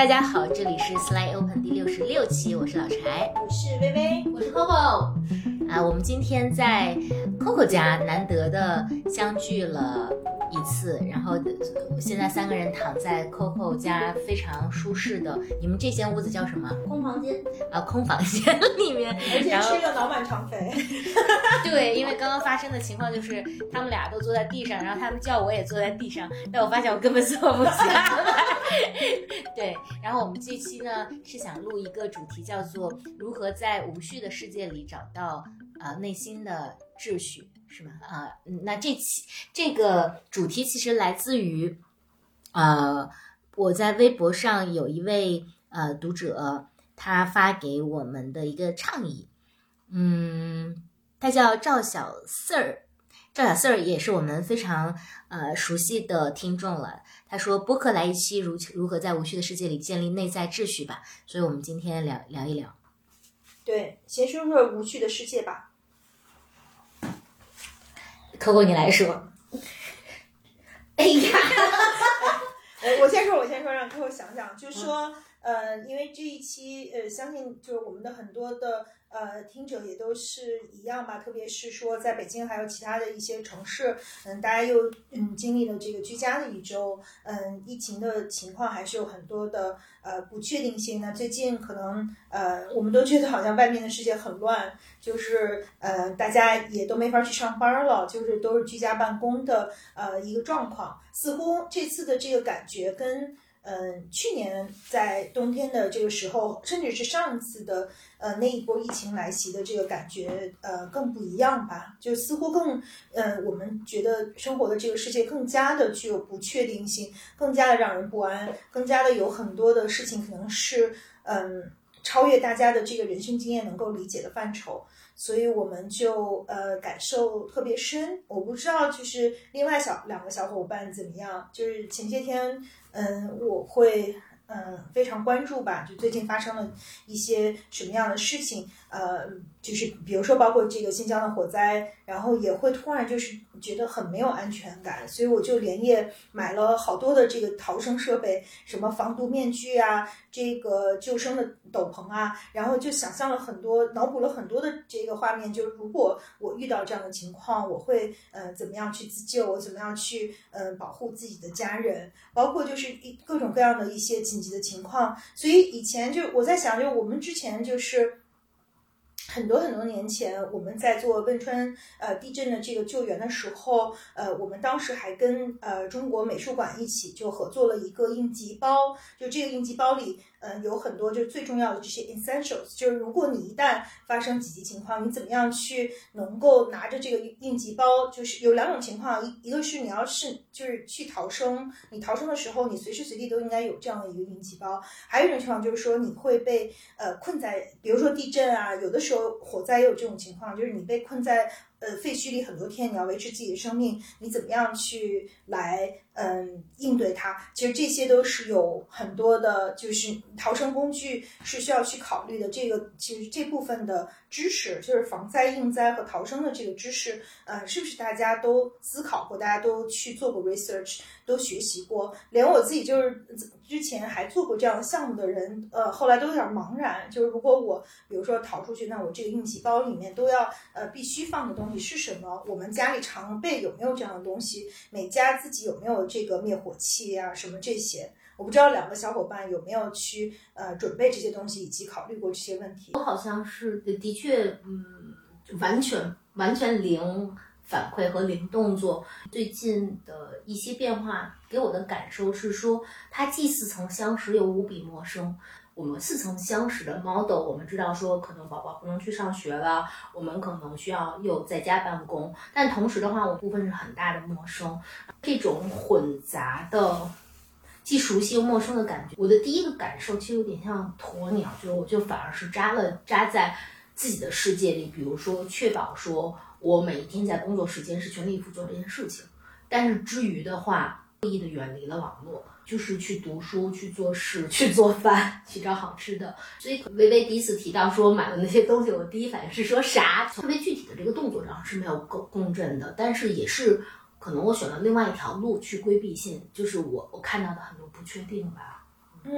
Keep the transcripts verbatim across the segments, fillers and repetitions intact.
大家好，这里是 Slide Open 第六十六期，我是老柴， 我是薇薇， 我是 Coco。 啊，我们今天在 Coco 家难得的相聚了一次，然后现在三个人躺在 Coco 家非常舒适的，你们这间屋子叫什么？ 空房间啊，空房间里面， 而且吃的脑满肠肥。 对，因为刚刚发生的情况就是他们俩都坐在地上，然后他们叫我也坐在地上，但我发现我根本坐不下来。对，然后我们这期呢是想录一个主题，叫做如何在无序的世界里找到呃内心的秩序，是吗？啊、呃，那这期这个主题其实来自于呃我在微博上有一位呃读者，他发给我们的一个倡议，嗯，他叫赵小四儿。赵小四儿也是我们非常呃熟悉的听众了。他说播客来一期如如何在无序的世界里建立内在秩序吧，所以我们今天聊聊一聊。 对，先说说无序的世界吧。 Coco 你来说。 哎呀，我先说，我先说，让 Coco 想想，就是说，嗯、呃，因为这一期，呃，相信就是我们的很多的呃听者也都是一样吧，特别是说在北京还有其他的一些城市，嗯，大家又嗯经历了这个居家的一周，嗯，疫情的情况还是有很多的呃不确定性。那最近可能呃我们都觉得好像外面的世界很乱，就是呃大家也都没法去上班了，就是都是居家办公的呃一个状况。似乎这次的这个感觉跟嗯，去年在冬天的这个时候，甚至是上一次的呃那一波疫情来袭的这个感觉，呃更不一样吧？就似乎更呃，我们觉得生活的这个世界更加的具有不确定性，更加的让人不安，更加的有很多的事情可能是嗯超越大家的这个人生经验能够理解的范畴。所以我们就呃感受特别深。我不知道就是另外小两个小伙伴怎么样，就是前些天嗯我会嗯非常关注吧，就最近发生了一些什么样的事情，呃就是比如说包括这个新疆的火灾，然后也会突然就是觉得很没有安全感，所以我就连夜买了好多的这个逃生设备，什么防毒面具啊，这个救生的斗篷啊，然后就想象了很多，脑补了很多的这个画面，就是如果我遇到这样的情况，我会呃怎么样去自救，我怎么样去呃保护自己的家人，包括就是一各种各样的一些紧急的情况。所以以前就我在想，就我们之前就是很多很多年前，我们在做汶川呃地震的这个救援的时候，呃，我们当时还跟呃中国美术馆一起就合作了一个应急包，就这个应急包里，呃，有很多就最重要的这些 essentials， 就是如果你一旦发生紧急情况，你怎么样去能够拿着这个应急包，就是有两种情况，一一个是你要是就是去逃生，你逃生的时候，你随时随地都应该有这样的一个应急包，还有一种情况就是说你会被呃困在，比如说地震啊，有的时候火灾也有这种情况，就是你被困在呃废墟里很多天，你要维持自己的生命，你怎么样去来嗯应对它？其实这些都是有很多的，就是逃生工具是需要去考虑的。这个其实这部分的知识，就是防灾、应灾和逃生的这个知识，呃，是不是大家都思考过？大家都去做过 research， 都学习过？连我自己就是之前还做过这样的项目的人，呃，后来都有点茫然。就是如果我比如说逃出去，那我这个应急包里面都要呃必须放的东西是什么？我们家里常备有没有这样的东西？每家自己有没有这个灭火器啊？什么这些？我不知道两个小伙伴有没有去呃准备这些东西，以及考虑过这些问题。 我好像是的确，嗯，完全完全零反馈和零动作。最近的一些变化给我的感受是说，它既似曾相识又无比陌生。我们似曾相识的 model， 我们知道说可能宝宝不能去上学了，我们可能需要又在家办公，但同时的话，我部分是很大的陌生，这种混杂的既熟悉又陌生的感觉。我的第一个感受其实有点像鸵鸟，就我就反而是扎了扎在自己的世界里，比如说确保说我每一天在工作时间是全力以赴做这件事情，但是之余的话，刻意的远离了网络，就是去读书、去做事、去做饭、去找好吃的。所以微微第一次提到说买了那些东西，我第一反应是说啥？特别具体的这个动作上是没有共共振的，但是也是可能我选了另外一条路去规避性，就是我我看到的很多不确定吧。 嗯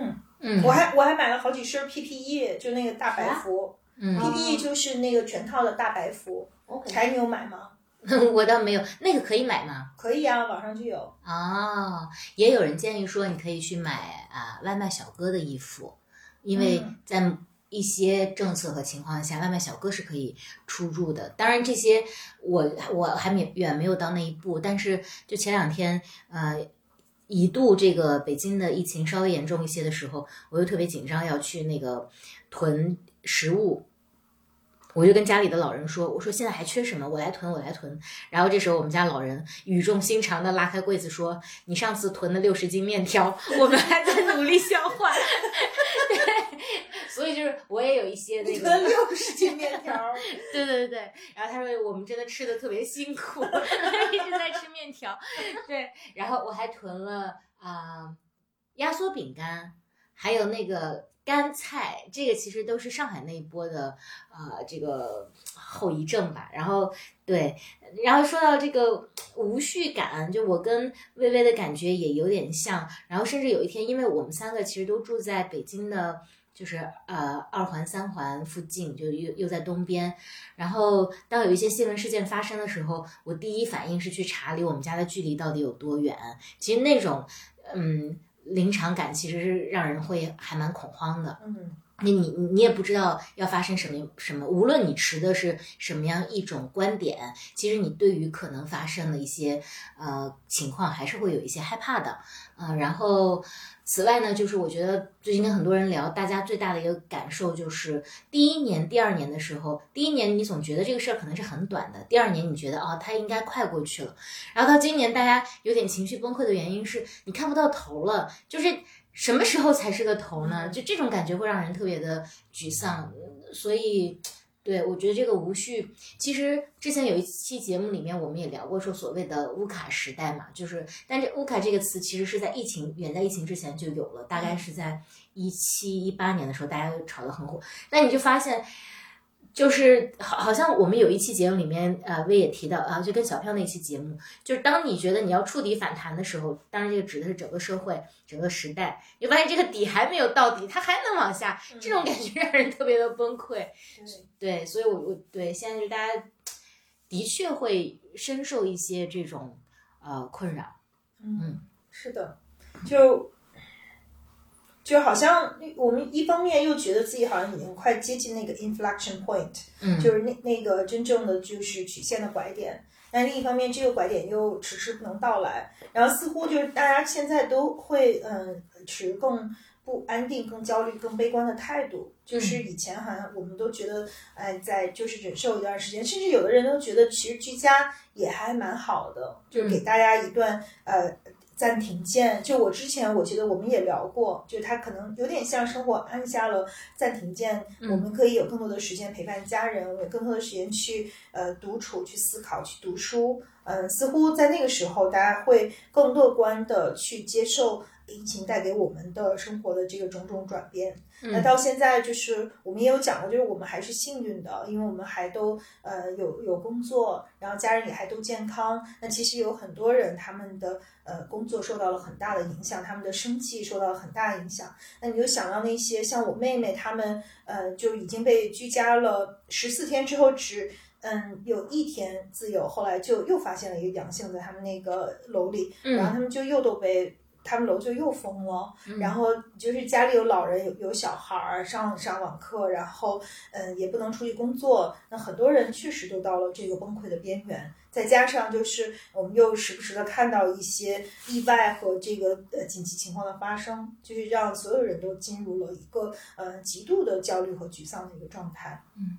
嗯， 我还我还买了好几身 P P E， 就那个大白服。 嗯 P P E 就是那个全套的大白服。 OK， 柴你有买吗？ 我倒没有，那个可以买吗？ 可以啊，网上就有。 哦，也有人建议说你可以去买啊外卖小哥的衣服，因为在一些政策和情况下，外卖小哥是可以出入的。当然这些我我还没远没有到那一步，但是就前两天呃一度这个北京的疫情稍微严重一些的时候，我又特别紧张要去那个囤食物。我就跟家里的老人说，我说现在还缺什么，我来囤，我来囤。然后这时候我们家老人语重心长的拉开柜子说，你上次囤了六十斤面条，我们还在努力消化。对，所以就是我也有一些那个囤六十斤面条。 对对对，然后他说我们真的吃的特别辛苦，一直在吃面条。对，然后我还囤了啊、呃、压缩饼干，还有那个干菜，这个其实都是上海那一波的呃这个后遗症吧。然后对，然后说到这个无序感，就我跟微微的感觉也有点像。然后甚至有一天，因为我们三个其实都住在北京的，就是呃二环三环附近，就又又在东边。然后当有一些新闻事件发生的时候，我第一反应是去查离我们家的距离到底有多远。其实那种嗯。临场感其实是让人会还蛮恐慌的， 嗯， 你你你也不知道要发生什么什么，无论你持的是什么样一种观点，其实你对于可能发生的一些呃情况还是会有一些害怕的，啊、呃，然后此外呢，就是我觉得最近跟很多人聊，大家最大的一个感受就是第一年、第二年的时候，第一年你总觉得这个事儿可能是很短的，第二年你觉得哦，它应该快过去了，然后到今年大家有点情绪崩溃的原因是你看不到头了，就是什么时候才是个头呢？就这种感觉会让人特别的沮丧，所以。对，我觉得这个无序，其实之前有一期节目里面我们也聊过，说所谓的乌卡时代嘛，就是，但这乌卡这个词其实是在疫情远在疫情之前就有了，大概是在一七一八年的时候，大家都炒得很火，但你就发现。就是好，好像我们有一期节目里面，呃，薇也提到啊，就跟小票那期节目，就是当你觉得你要触底反弹的时候，当然这个指的是整个社会、整个时代，你发现这个底还没有到底，它还能往下，这种感觉让人特别的崩溃。 嗯、 对，所以我我对现在就大家的确会深受一些这种呃困扰。 嗯，嗯是的，就。就好像我们一方面又觉得自己好像已经快接近那个 inflection point， 嗯， 就是那那个真正的就是曲线的拐点，但另一方面这个拐点又迟迟不能到来，然后似乎就是大家现在都会嗯持更不安定、更焦虑、更悲观的态度，就是以前好像我们都觉得哎在就是忍受一段时间，甚至有的人都觉得其实居家也还蛮好的，就给大家一段呃。暂停键，就我之前我觉得我们也聊过，就是它可能有点像生活按下了暂停键， 嗯、 我们可以有更多的时间陪伴家人，有更多的时间去呃独处、去思考、去读书。嗯、呃，似乎在那个时候，大家会更乐观的去接受疫情带给我们的生活的这个种种转变。 嗯、 那到现在就是我们也有讲过，就是我们还是幸运的，因为我们还都呃有有工作，然后家人也还都健康。那其实有很多人他们的呃工作受到了很大的影响，他们的生计受到了很大的影响。那你就想到那些像我妹妹他们呃就已经被居家了十四天之后只嗯有一天自由，后来就又发现了一个阳性在他们那个楼里， 嗯、 然后他们就又都被。他们楼就又封了， 嗯、 然后就是家里有老人有有小孩上上网课，然后嗯也不能出去工作，那很多人确实都到了这个崩溃的边缘。再加上就是我们又时不时的看到一些意外和这个呃紧急情况的发生，就是让所有人都进入了一个呃极度的焦虑和沮丧的一个状态。 嗯。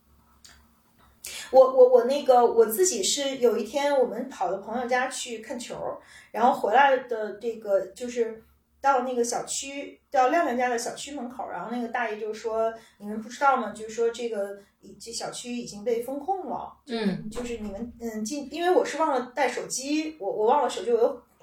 我我我那个我自己是有一天我们跑到朋友家去看球，然后回来的这个就是到那个小区，到亮亮家的小区门口，然后那个大爷就说：“你们不知道吗？就是说这个这小区已经被封控了， 嗯， 就是你们嗯进，因为我是忘了带手机，我我忘了手机，我又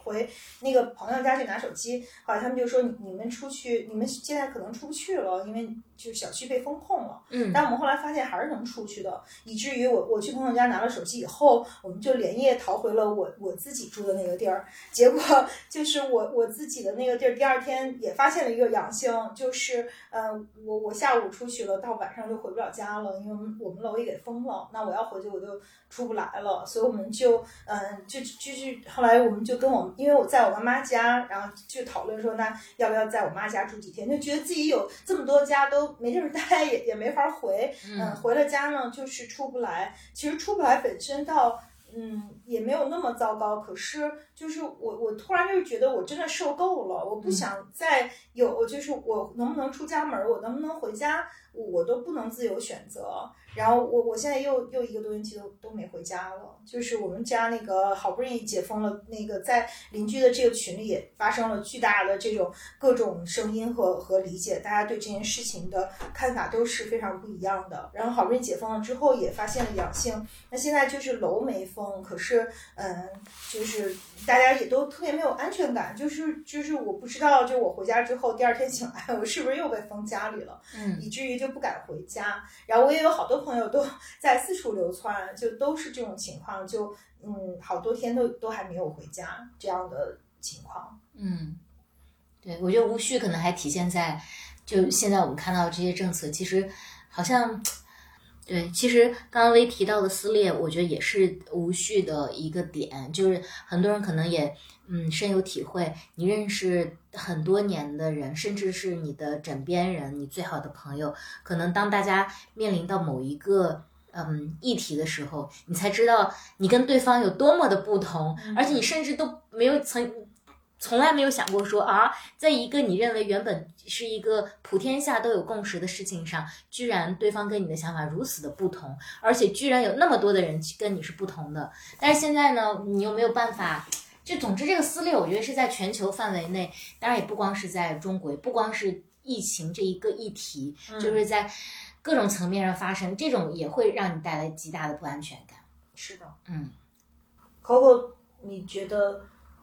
回那个朋友家去拿手机，后来他们就说你们出去，你们现在可能出不去了，因为就小区被封控了。 嗯， 但我们后来发现还是能出去的，以至于我我去朋友家拿了手机以后，我们就连夜逃回了我我自己住的那个地儿。结果就是我我自己的那个地儿，第二天也发现了一个阳性，就是呃我我下午出去了，到晚上就回不了家了，因为我们我们楼也给封了，那我要回去我就出不来了，所以我们就嗯、呃、就就是后来我们就跟我因为我在我妈妈家，然后就讨论说那要不要在我妈家住几天，就觉得自己有这么多家都没地儿待，也也没法回，嗯、呃，回了家呢就是出不来，其实出不来本身到。嗯，也没有那么糟糕，可是就是我，我突然就是觉得我真的受够了，我不想再有，就是我能不能出家门，我能不能回家，我都不能自由选择。然后我我现在又又一个多星期都都没回家了，就是我们家那个好不容易解封了，那个在邻居的这个群里也发生了巨大的这种各种声音和和理解，大家对这件事情的看法都是非常不一样的。然后好不容易解封了之后也发现了阳性，那现在就是楼没封，可是嗯，就是大家也都特别没有安全感，就是就是我不知道，就我回家之后第二天醒来，我是不是又被封家里了， 嗯， 以至于就不敢回家。然后我也有好多朋友都在四处流窜，就都是这种情况，就嗯，好多天都都还没有回家这样的情况。 嗯，对，我觉得无序可能还体现在，就现在我们看到这些政策，其实好像。对，其实刚刚微提到的撕裂，我觉得也是无序的一个点，就是很多人可能也嗯深有体会。你认识很多年的人，甚至是你的枕边人、你最好的朋友，可能当大家面临到某一个嗯议题的时候，你才知道你跟对方有多么的不同，而且你甚至都没有曾。从来没有想过说啊，在一个你认为原本是一个普天下都有共识的事情上，居然对方跟你的想法如此的不同，而且居然有那么多的人跟你是不同的。但是现在呢，你又没有办法，就总之这个撕裂，我觉得是在全球范围内，当然也不光是在中国，不光是疫情这一个议题， 嗯、 就是在各种层面上发生，这种也会让你带来极大的不安全感。 是的， 嗯 ，Coco， 你觉得？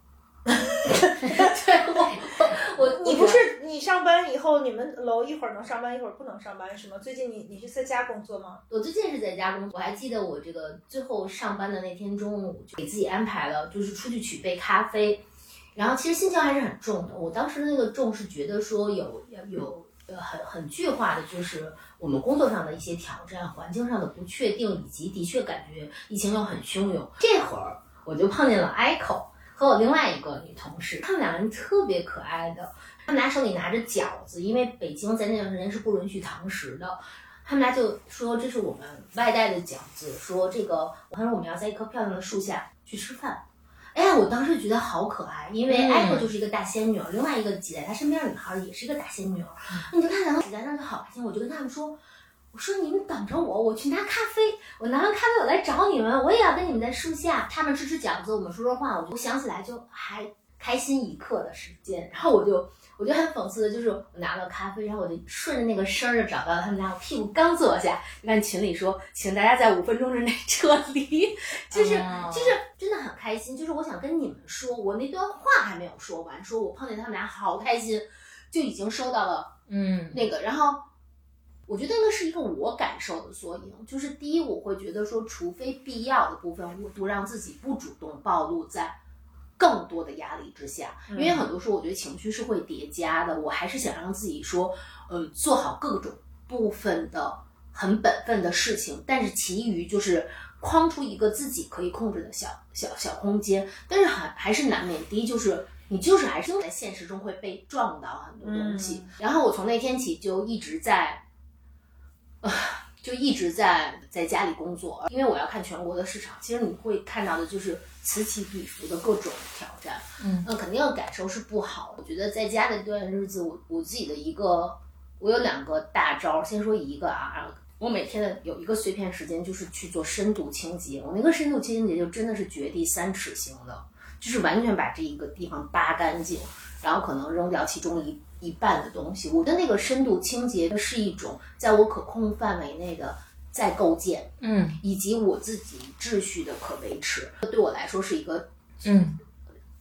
对我我你不是你上班以后，你们楼一会儿能上班，一会儿不能上班是吗？最近你你是在家工作吗？ 我最近是在家工作，我还记得我这个最后上班的那天中午，就给自己安排了，就是出去取杯咖啡，然后其实心情还是很重的。我当时那个重是觉得说有有呃很很具化的，就是我们工作上的一些挑战，环境上的不确定，以及的确感觉疫情又很汹涌。这会儿我就碰见了 Echo。和我另外一个女同事，她们两个人特别可爱的，她们俩手里拿着饺子，因为北京在那段时间是不允许堂食的，他们俩就说这是我们外带的饺子，说这个他说我们要在一棵漂亮的树下去吃饭。哎呀，我当时觉得好可爱，因为艾克就是一个大仙女，另外一个挤在她身边的女孩也是一个大仙女，你就看两个挤在那就好开心。我就跟他们说。我说你们等着我，我去拿咖啡。我拿完咖啡我来找你们，我也要跟你们在树下。他们吃吃饺子，我们说说话，我就想起来就还开心一刻的时间。然后我就我就很讽刺的，就是我拿了咖啡，然后我就顺着那个声儿就找到了他们俩。我屁股刚坐下，就看群里说，请大家在五分钟之内撤离，就是就是真的很开心。就是我想跟你们说，我那段话还没有说完，说我碰见他们俩好开心，就已经收到了嗯那个，然后。我觉得那是一个我感受的缩影，就是第一，我会觉得说，除非必要的部分，我都让自己不主动暴露在更多的压力之下，因为很多时候我觉得情绪是会叠加的，我还是想让自己说，呃，做好各种部分的很本分的事情，但是其余就是框出一个自己可以控制的小小小空间，但是还还是难免，第一就是你就是还是在现实中会被撞到很多东西，嗯、然后我从那天起就一直在。就一直在在家里工作，因为我要看全国的市场，其实你会看到的就是此起彼伏的各种挑战，嗯，那肯定感受是不好。我觉得在家的这段日子，我我自己的一个，我有两个大招，先说一个啊，我每天的有一个碎片时间就是去做深度清洁，我那个深度清洁就真的是掘地三尺型的，就是完全把这一个地方扒干净，然后可能扔掉其中一。一半的东西，我的那个深度清洁是一种在我可控范围内的再构建，嗯，以及我自己秩序的可维持，对我来说是一个，嗯，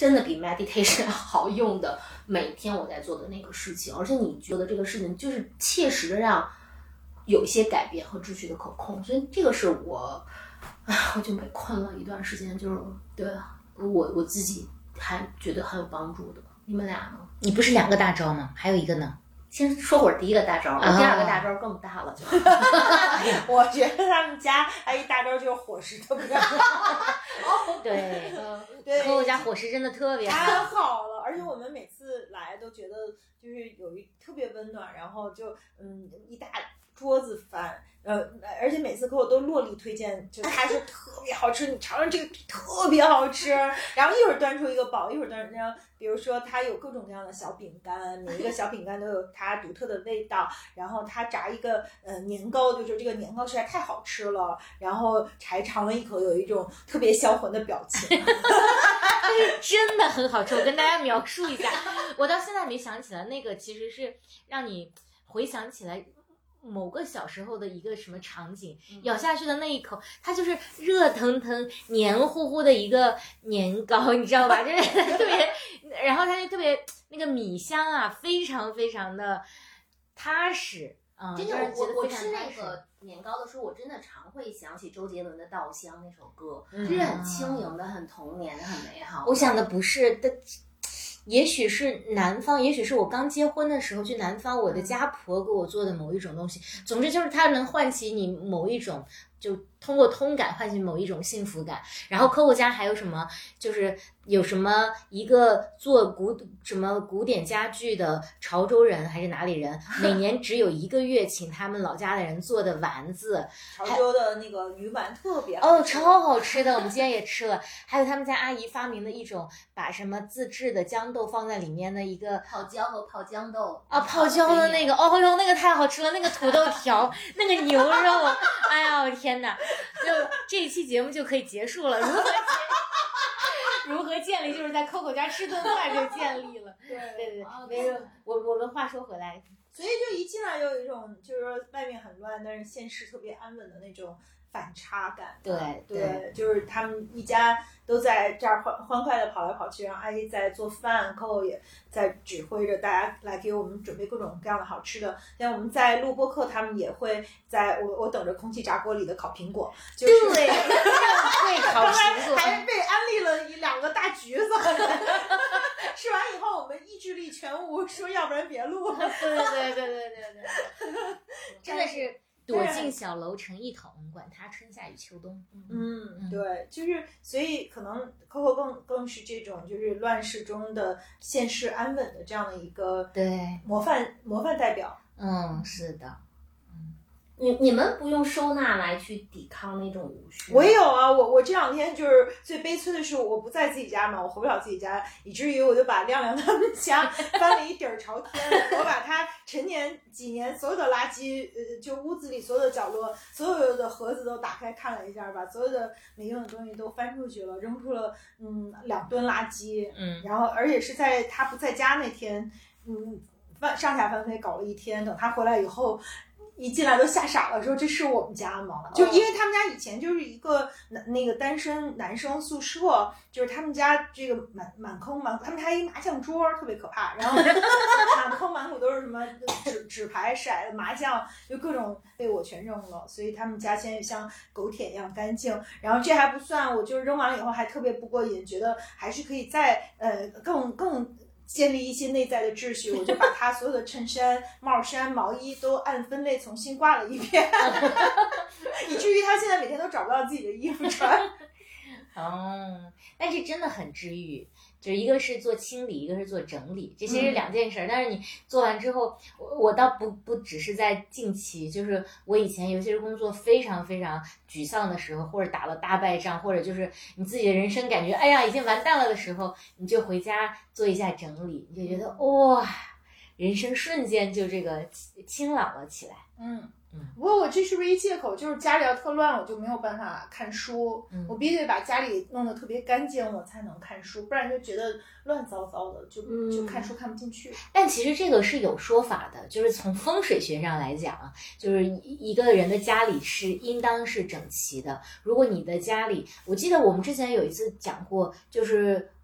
真的比 meditation 好用的，每天我在做的那个事情，而且你觉得这个事情就是切实的让有一些改变和秩序的可控，所以这个是我，啊，我就没困了一段时间，就是对我我自己还觉得很有帮助的。你们俩呢？ 你不是两个大招吗？还有一个呢？ 先说会儿第一个大招， 啊、 第二个大招更大了就。 我觉得他们家还一大招就是伙食特别好。 哦，对， 对， 和我家伙食真的特别好， 太好了，而且我们每次来都觉得就是有一特别温暖，然后就嗯一大桌子饭。呃，而且每次给我都落力推荐，就他说特别好吃，你尝尝这个特别好吃。然后一会儿端出一个宝，一会儿端出，然后比如说他有各种各样的小饼干，每一个小饼干都有它独特的味道。然后他炸一个呃年糕，就是这个年糕实在太好吃了，然后才尝了一口，有一种特别销魂的表情。 真的很好吃，我跟大家描述一下，我到现在没想起来，那个其实是让你回想起来。某个小时候的一个什么场景，咬下去的那一口，它就是热腾腾、黏糊糊的一个年糕，你知道吧？就是特别，然后它就特别那个米香啊，非常非常的踏实。嗯， 真的， 我我吃那个年糕的时候，我真的常会想起周杰伦的《稻香》那首歌， 嗯、 就是很轻盈的、很童年的、很美好的。 我想的不是的。也许是南方，也许是我刚结婚的时候去南方，我的家婆给我做的某一种东西。总之就是它能唤起你某一种，就通过通感唤起某一种幸福感。然后Coco家还有什么，就是有什么一个做古什么古典家具的潮州人还是哪里人，每年只有一个月请他们老家的人做的丸子， 潮州的那个鱼丸特别好哦，超好吃的，我们今天也吃了。还有他们家阿姨发明的一种把什么自制的豇豆放在里面的一个泡椒和泡豇豆啊，泡椒的那个，哦哟，那个太好吃了，那个土豆条，那个牛肉，哎呀，我天哪！就这一期节目就可以结束了，如何建如何建立，就是在 Coco 家吃顿饭就建立了。 对对对对，没有，我我们话说回来， 所以就一进来就有一种就是说外面很乱，但是现实特别安稳的那种反差感。 对对, 对就是他们一家都在这儿欢欢快的跑来跑去，然后阿姨在做饭，Coco也在指挥着大家来给我们准备各种各样的好吃的。像我们在录播课，他们也会在我我等着空气炸锅里的烤苹果，就是对，会烤苹果， 还被安利了一两个大橘子。吃完以后，我们意志力全无，说要不然别录了。 对对对对对对对，真的是躲进小楼成一统，管它春夏与秋冬。 嗯，对，就是所以可能 Coco 更更是这种就是乱世中的现世安稳的这样的一个对模范模范代表。 嗯，是的。 你你们不用收纳来去抵抗那种无序？ 我也有啊，我我这两天就是最悲催的是我不在自己家嘛，我回不了自己家，以至于我就把亮亮他们家翻了一底儿朝天，我把他陈年几年所有的垃圾，呃，就屋子里所有的角落，所有的盒子都打开看了一下，把所有的没用的东西都翻出去了，扔出了嗯两吨垃圾， 嗯， 然后而且是在他不在家那天，嗯，翻上下翻飞搞了一天，等他回来以后。一进来都吓傻了，说这是我们家吗？就因为他们家以前就是一个男那个单身男生宿舍，就是他们家这个满满坑满，他们家一麻将桌特别可怕，然后满坑满谷都是什么纸纸牌、骰子、麻将，就各种被我全扔了，所以他们家现在像狗舔一样干净。然后这还不算，我就是扔完了以后还特别不过瘾，觉得还是可以再呃更更。建立一些内在的秩序，我就把他所有的衬衫、帽衫、毛衣都按分类重新挂了一遍，以至于他现在每天都找不到自己的衣服穿。 哦，但是真的很治愈，就一个是做清理，一个是做整理，这其实是两件事儿。嗯、但是你做完之后，我我倒不不只是在近期，就是我以前尤其是工作非常非常沮丧的时候，或者打了大败仗，或者就是你自己的人生感觉哎呀已经完蛋了的时候，你就回家做一下整理，你就觉得哇，人生瞬间就这个清朗了起来。 嗯。不过我这是不是一借口？就是家里要特乱，我就没有办法看书。 嗯、 我必须得把家里弄得特别干净，我才能看书，不然就觉得乱糟糟的，就、嗯、就看书看不进去。 但其实这个是有说法的，就是从风水学上来讲啊，就是一个人的家里是应当是整齐的。如果你的家里，我记得我们之前有一次讲过，就是。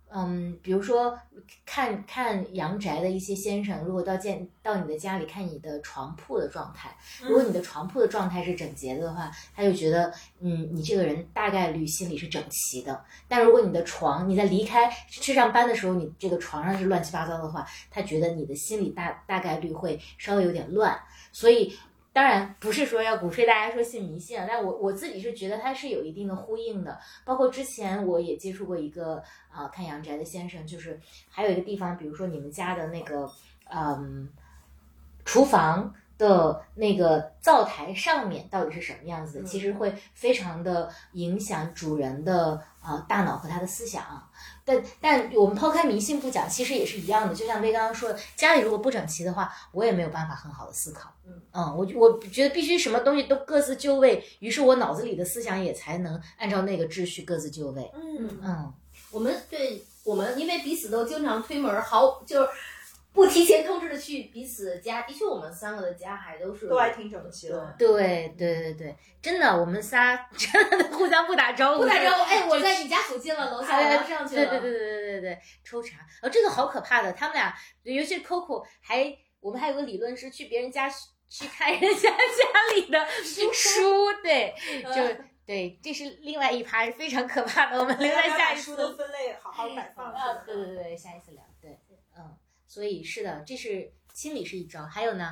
嗯，比如说看看阳宅的一些先生，如果到见到你的家里看你的床铺的状态，如果你的床铺的状态是整洁的话，他就觉得嗯，你这个人大概率心里是整齐的。但如果你的床你在离开去上班的时候，你这个床上是乱七八糟的话，他觉得你的心里大大概率会稍微有点乱。所以当然不是说要鼓吹大家说信迷信啊，但我我自己是觉得它是有一定的呼应的。包括之前我也接触过一个啊、呃、看阳宅的先生，就是还有一个地方，比如说你们家的那个嗯厨房的那个灶台上面到底是什么样子的，其实会非常的影响主人的呃大脑和他的思想。但但我们抛开迷信不讲，其实也是一样的。就像薇刚刚说的，家里如果不整齐的话，我也没有办法很好的思考。嗯嗯，我我觉得必须什么东西都各自就位，于是我脑子里的思想也才能按照那个秩序各自就位。 嗯嗯， 我们对我们因为彼此都经常推门，好就是不提前通知的去彼此家，的确我们三个的家还都是都还挺整齐的。 对对对对，真的，我们仨真的互相不打招呼， 不打招呼。哎，我在你家附近了，楼下哎楼上去了。 对对对对对对对，抽查。哦，这个好可怕的，他们俩，尤其是 Coco， 还我们还有个理论是去别人家去看人家家里的书，对，就。对，这是另外一趴非常可怕的，我们留在下一次。 书的分类好好摆放。 啊，对对对，下一次聊。对，嗯，所以是的，这是清理是一招，还有呢？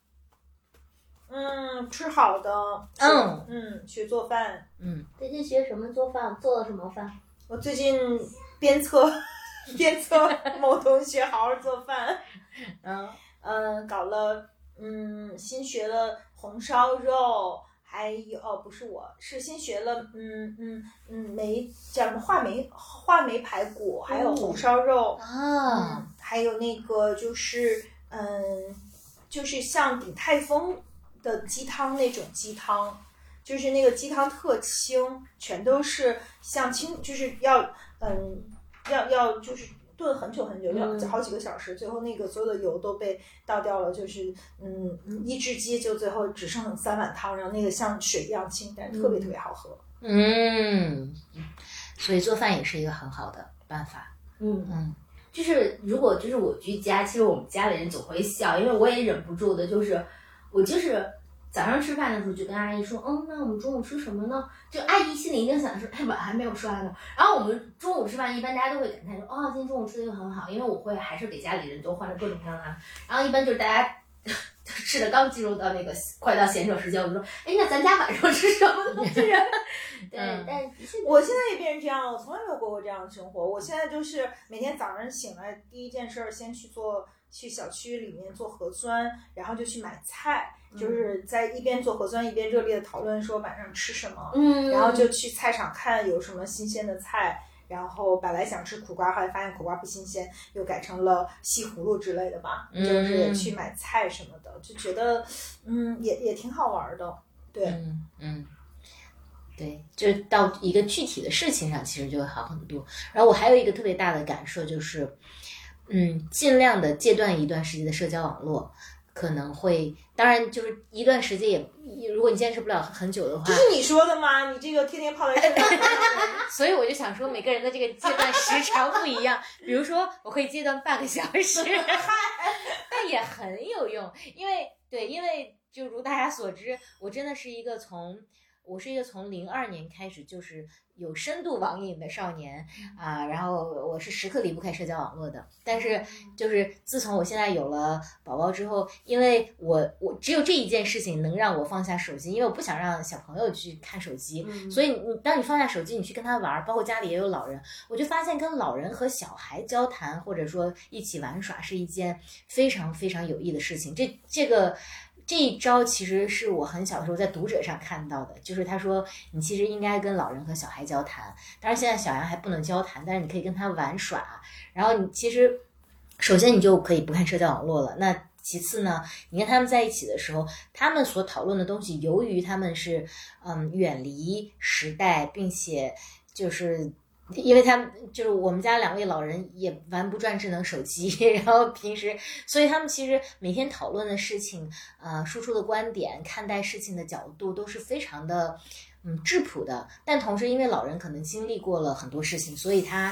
嗯，吃好的。 嗯嗯，学做饭。 嗯， 最近学什么做饭？做了什么饭？ 我最近鞭策鞭策某同学好好做饭。 嗯嗯，搞了嗯，新学了红烧肉。还有哦，不是我，是新学了，嗯嗯嗯，梅叫什么话梅话梅排骨，还有红烧肉啊、 嗯，还有那个就是嗯，就是像鼎泰丰的鸡汤那种鸡汤，就是那个鸡汤特清，全都是像清，就是要嗯要要就是。炖很久很久，要好几个小时，最后那个所有的油都被倒掉了，就是嗯，一只鸡就最后只剩三碗汤，然后那个像水一样清，但是特别特别好喝。 嗯，所以做饭也是一个很好的办法。 嗯嗯， 就是如果就是我居家，其实我们家里人总会笑，因为我也忍不住的，就是我就是早上吃饭的时候就跟阿姨说，嗯，那我们中午吃什么呢？就阿姨心里一定想的是，哎，碗还没有刷呢。然后我们中午吃饭，一般大家都会感叹说，哦，今天中午吃的又很好，因为我会还是给家里人都换着各种各样的。然后一般就是大家吃的刚进入到那个快到闲扯时间，我就说，哎，那咱家晚上吃什么东西？对， 嗯、 但我现在也变成这样了，我从来没有过过这样的生活。我现在就是每天早上醒来第一件事儿，先去做去小区里面做核酸，然后就去买菜。就是在一边做核酸一边热烈的讨论说晚上吃什么， 嗯， 然后就去菜场看有什么新鲜的菜，然后本来想吃苦瓜，后来发现苦瓜不新鲜，又改成了西葫芦之类的吧， 嗯、 就是去买菜什么的，就觉得嗯也也挺好玩的，对， 嗯嗯，对，就到一个具体的事情上，其实就会好很多。然后我还有一个特别大的感受就是，嗯，尽量的戒断一段时间的社交网络。可能会，当然就是一段时间也，如果你坚持不了很久的话， 这是你说的吗？你这个天天泡在身上， 所以我就想说，每个人的这个戒断时长不一样。比如说，我可以戒断半个小时，但也很有用，因为对，因为就如大家所知，我真的是一个从。我是一个从零二年开始就是有深度网瘾的少年啊，然后我是时刻离不开社交网络的。但是就是自从我现在有了宝宝之后，因为我我只有这一件事情能让我放下手机，因为我不想让小朋友去看手机， 嗯、 所以你当你放下手机，你去跟他玩，包括家里也有老人，我就发现跟老人和小孩交谈或者说一起玩耍是一件非常非常有益的事情。这这个。这一招其实是我很小的时候在读者上看到的，就是他说你其实应该跟老人和小孩交谈，当然现在小孩还不能交谈，但是你可以跟他玩耍，然后你其实首先你就可以不看社交网络了，那其次呢，你跟他们在一起的时候，他们所讨论的东西由于他们是嗯远离时代，并且就是因为他们就是我们家两位老人也玩不转智能手机，然后平时，所以他们其实每天讨论的事情，呃，输出的观点，看待事情的角度都是非常的，嗯，质朴的。但同时，因为老人可能经历过了很多事情，所以他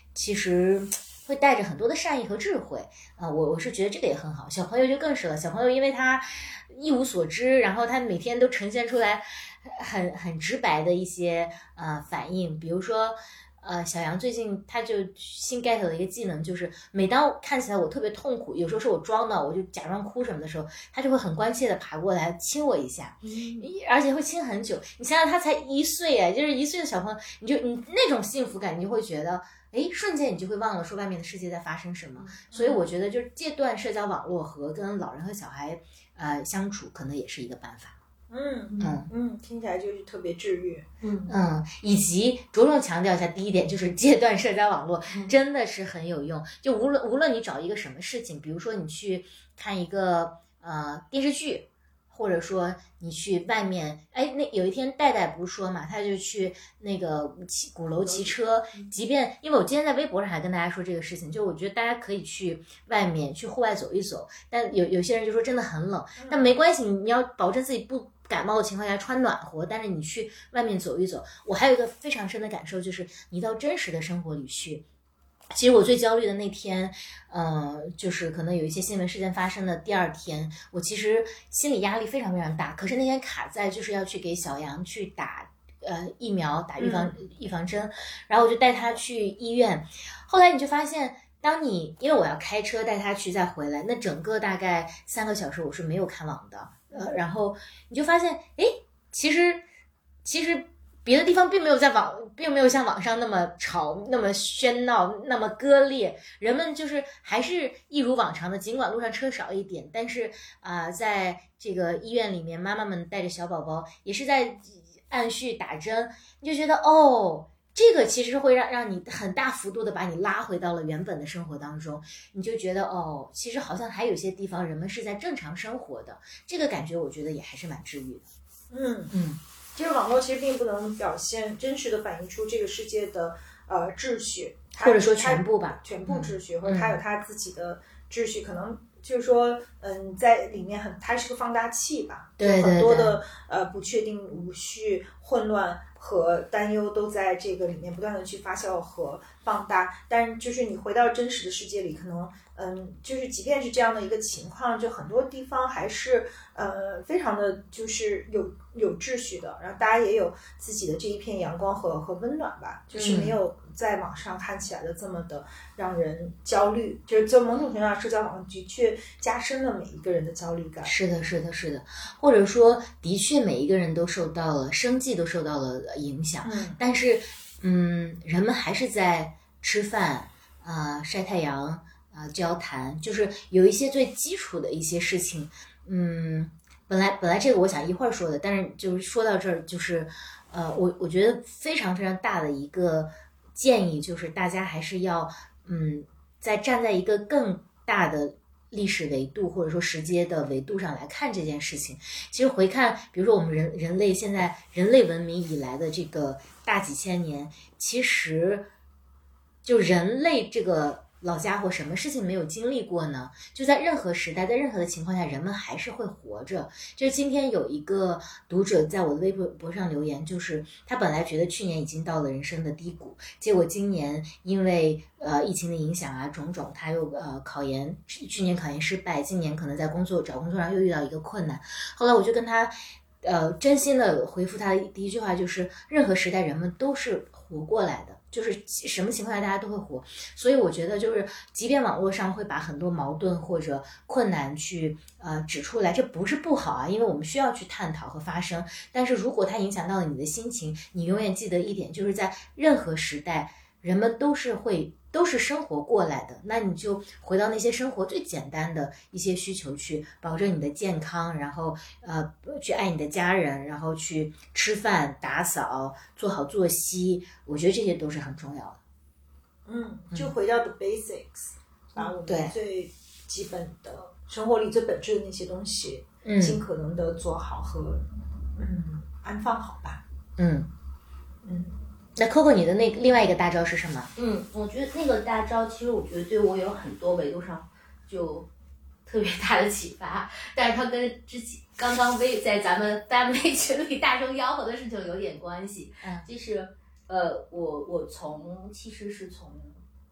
其实会带着很多的善意和智慧啊、呃，我我是觉得这个也很好。小朋友就更是了，小朋友因为他一无所知，然后他每天都呈现出来很很直白的一些呃反应，比如说。呃，小杨最近他就新 get 了一个技能，就是每当看起来我特别痛苦，有时候是我装的，我就假装哭什么的时候，他就会很关切的爬过来亲我一下，嗯、而且会亲很久。你想想，他才一岁哎，就是一岁的小朋友，你就你那种幸福感，你就会觉得，哎，瞬间你就会忘了说外面的世界在发生什么。所以我觉得，就是戒断社交网络和跟老人和小孩呃相处，可能也是一个办法。 嗯嗯嗯，听起来就是特别治愈。 嗯嗯，以及着重强调一下，第一点就是戒断社交网络真的是很有用。就无论无论你找一个什么事情，比如说你去看一个呃电视剧，或者说你去外面，哎，那有一天戴戴不是说嘛，他就去那个骑鼓楼骑车，即便因为我今天在微博上还跟大家说这个事情，就我觉得大家可以去外面去户外走一走，但有有些人就说真的很冷，但没关系，你要保证自己不感冒的情况下穿暖和，但是你去外面走一走。我还有一个非常深的感受，就是你到真实的生活里去。其实我最焦虑的那天，呃，就是可能有一些新闻事件发生的第二天，我其实心理压力非常非常大。可是那天卡在就是要去给小杨去打呃疫苗，打预防、嗯、预防针，然后我就带他去医院。后来你就发现，当你因为我要开车带他去再回来，那整个大概三个小时我是没有看网的。呃，然后你就发现，哎，其实其实别的地方并没有在网，并没有像网上那么吵、那么喧闹、那么割裂，人们就是还是一如往常的，尽管路上车少一点，但是啊、呃，在这个医院里面，妈妈们带着小宝宝也是在按序打针，你就觉得哦。这个其实会让让你很大幅度的把你拉回到了原本的生活当中，你就觉得哦，其实好像还有些地方人们是在正常生活的，这个感觉我觉得也还是蛮治愈的。 嗯嗯， 其实网络其实并不能表现真实的反映出这个世界的呃秩序， 或者说全部吧， 全部秩序，嗯、或者它有它自己的秩序，嗯、可能就是说嗯，在里面很，它是个放大器吧， 对对对， 很多的呃不确定、无序、混乱和担忧都在这个里面不断的去发酵和放大，但就是你回到真实的世界里，可能嗯，就是即便是这样的一个情况，就很多地方还是呃非常的就是有有秩序的，然后大家也有自己的这一片阳光和和温暖吧，就是没有在网上看起来的这么的让人焦虑，嗯、就是就某种程度上，社交网络的确加深了每一个人的焦虑感。 是的，是的，是的，或者说，的确每一个人都受到了生计都受到了影响， 嗯， 但是，嗯，人们还是在吃饭啊、呃、晒太阳啊、呃、交谈，就是有一些最基础的一些事情。嗯，本来本来这个我想一会儿说的，但是就是说到这儿，就是呃，我我觉得非常非常大的一个建议就是大家还是要嗯，在站在一个更大的历史维度或者说时间的维度上来看这件事情。其实回看比如说我们人人类现在人类文明以来的这个大几千年，其实就人类这个老家伙什么事情没有经历过呢？就在任何时代，在任何的情况下，人们还是会活着。就是今天有一个读者在我的微博上留言，就是他本来觉得去年已经到了人生的低谷，结果今年因为呃疫情的影响啊种种，他又呃考研，去年考研失败，今年可能在工作找工作上又遇到一个困难。后来我就跟他呃真心的回复他的第一句话就是，任何时代人们都是活过来的。就是什么情况下大家都会活，所以我觉得就是即便网络上会把很多矛盾或者困难去呃指出来，这不是不好啊，因为我们需要去探讨和发声，但是如果它影响到了你的心情，你永远记得一点，就是在任何时代人们都是会都是生活过来的，那你就回到那些生活最简单的一些需求去保证你的健康，然后呃去爱你的家人，然后去吃饭打扫做好作息，我觉得这些都是很重要的。 嗯，就回到 the basics，嗯、把我们最基本的生活里最本质的那些东西，嗯，尽可能的做好和嗯安放好吧。 嗯嗯。 那 Coco 你的那另外一个大招是什么？ 嗯，我觉得那个大招其实我觉得对我有很多维度上就特别大的启发，但是它跟之前刚刚微在咱们 family 群里大声吆喝的事情有点关系。 嗯， 就是呃，我我从其实是从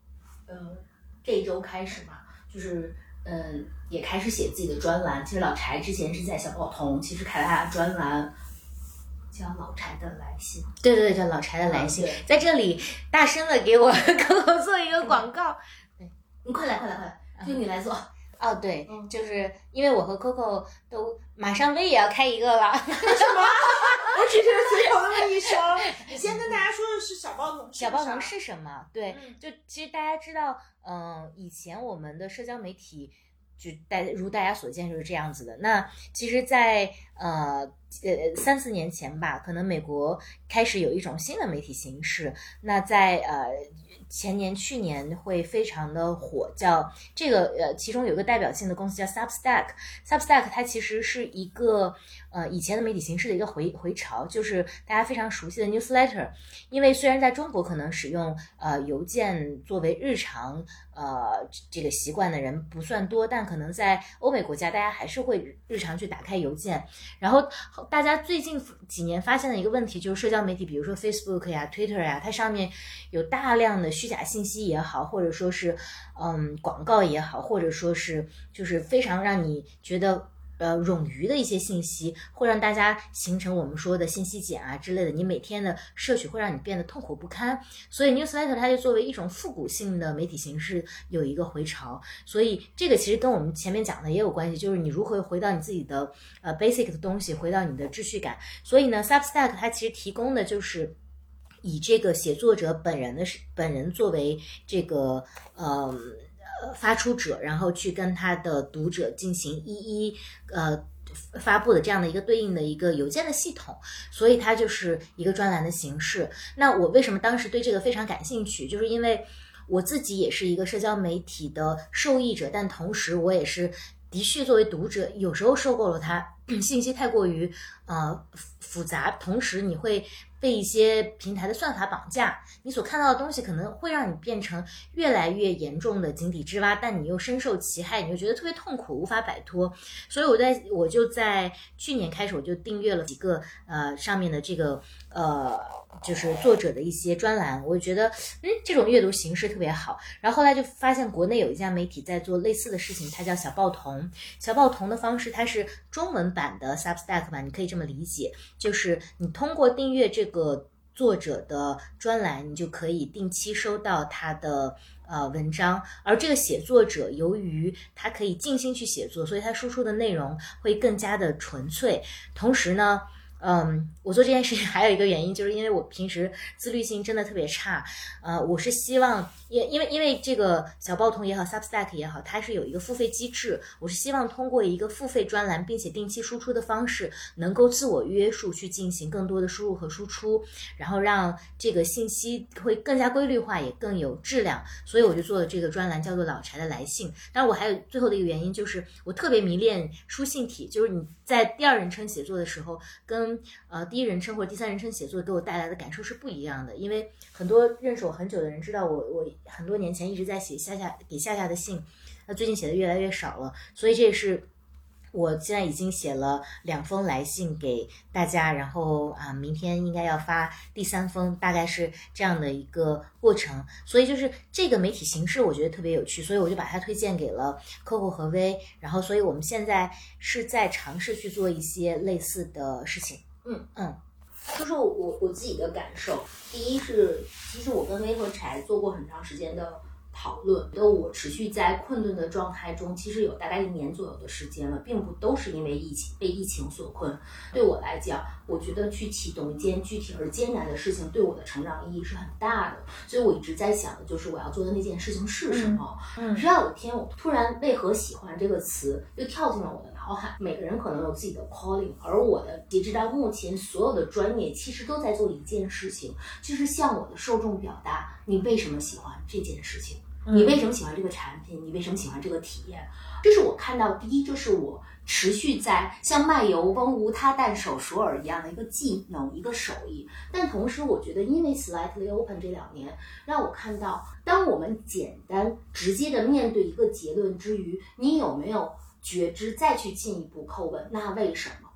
呃这一周开始嘛，就是嗯、呃、也开始写自己的专栏。其实老柴之前是在小报童，其实开了他的专栏。叫老柴的来信， 对对对，叫老柴的来信， 嗯、 在这里大声的给我Coco做一个广告。 对，你快来快来快来，就你来做。 哦，对，嗯、就是因为我和 Coco 都马上微也要开一个了。 什么？我只是随口那么一说。你先跟大家说的是小报童， 小报童是什么？对， 嗯、 就其实大家知道，嗯、呃，以前我们的社交媒体。就大如大家所见就是这样子的。那其实在，在呃呃三四年前吧，可能美国开始有一种新的媒体形式。那在呃前年、去年会非常的火，叫这个呃其中有一个代表性的公司叫 Substack。Substack 它其实是一个呃以前的媒体形式的一个回回潮，就是大家非常熟悉的 newsletter。因为虽然在中国可能使用呃邮件作为日常呃这个习惯的人不算多，但可能在欧美国家大家还是会日常去打开邮件。然后大家最近几年发现的一个问题就是社交媒体，比如说 Facebook 呀 Twitter 呀，它上面有大量的虚假信息也好，或者说是嗯广告也好，或者说是就是非常让你觉得呃冗余的一些信息，会让大家形成我们说的信息茧啊之类的，你每天的摄取会让你变得痛苦不堪。所以 newsletter 它就作为一种复古性的媒体形式有一个回潮。所以这个其实跟我们前面讲的也有关系，就是你如何回到你自己的呃 basic 的东西，回到你的秩序感。所以呢 Substack 它其实提供的就是以这个写作者本人的本人作为这个呃发出者，然后去跟他的读者进行一一呃发布的这样的一个对应的一个邮件的系统，所以它就是一个专栏的形式。那我为什么当时对这个非常感兴趣，就是因为我自己也是一个社交媒体的受益者，但同时我也是的确作为读者有时候受够了它信息太过于呃复杂，同时你会被一些平台的算法绑架，你所看到的东西可能会让你变成越来越严重的井底之蛙，但你又深受其害，你就觉得特别痛苦，无法摆脱。所以我在我就在去年开始我就订阅了几个呃上面的这个呃就是作者的一些专栏，我觉得嗯这种阅读形式特别好。然后后来就发现国内有一家媒体在做类似的事情，它叫小报童。小报童的方式它是中文版的 Substack 吧，你可以这么理解，就是你通过订阅这个作者的专栏，你就可以定期收到他的呃文章。而这个写作者由于他可以尽心去写作，所以他输出的内容会更加的纯粹。同时呢嗯，我做这件事情还有一个原因，就是因为我平时自律性真的特别差，呃，我是希望，因因为因为这个小报童也好 ，Substack 也好，它是有一个付费机制，我是希望通过一个付费专栏，并且定期输出的方式，能够自我约束去进行更多的输入和输出，然后让这个信息会更加规律化，也更有质量。所以我就做了这个专栏，叫做老柴的来信。当然，我还有最后的一个原因，就是我特别迷恋书信体，就是你在第二人称写作的时候，跟呃第一人称或者第三人称写作给我带来的感受是不一样的。因为很多认识我很久的人知道我我很多年前一直在写夏夏给夏夏的信，那最近写的越来越少了，所以这也是我现在已经写了两封来信给大家，然后啊，明天应该要发第三封，大概是这样的一个过程。所以就是这个媒体形式我觉得特别有趣，所以我就把它推荐给了Coco和薇，然后所以我们现在是在尝试去做一些类似的事情。 嗯嗯， 就是我我自己的感受，第一是其实我跟薇和柴做过很长时间的讨论，都我持续在困顿的状态中，其实有大概一年左右的时间了，并不都是因为疫情被疫情所困。对我来讲，我觉得去启动一件具体而艰难的事情，对我的成长意义是很大的。所以我一直在想的就是我要做的那件事情是什么。 嗯， 直到有一天，我突然为何喜欢这个词又跳进了我的脑海。每个人可能有自己的 calling， 而我的截止到目前所有的专业其实都在做一件事情，就是向我的受众表达你为什么喜欢这件事情。你为什么喜欢这个产品？你为什么喜欢这个体验？这是我看到第一，这是我持续在像卖油翁无他但手熟尔一样的一个技能，一个手艺。但同时我觉得因为 Slightly Open 这两年让我看到，当我们简单直接的面对一个结论之余，你有没有觉知再去进一步叩问那为什么？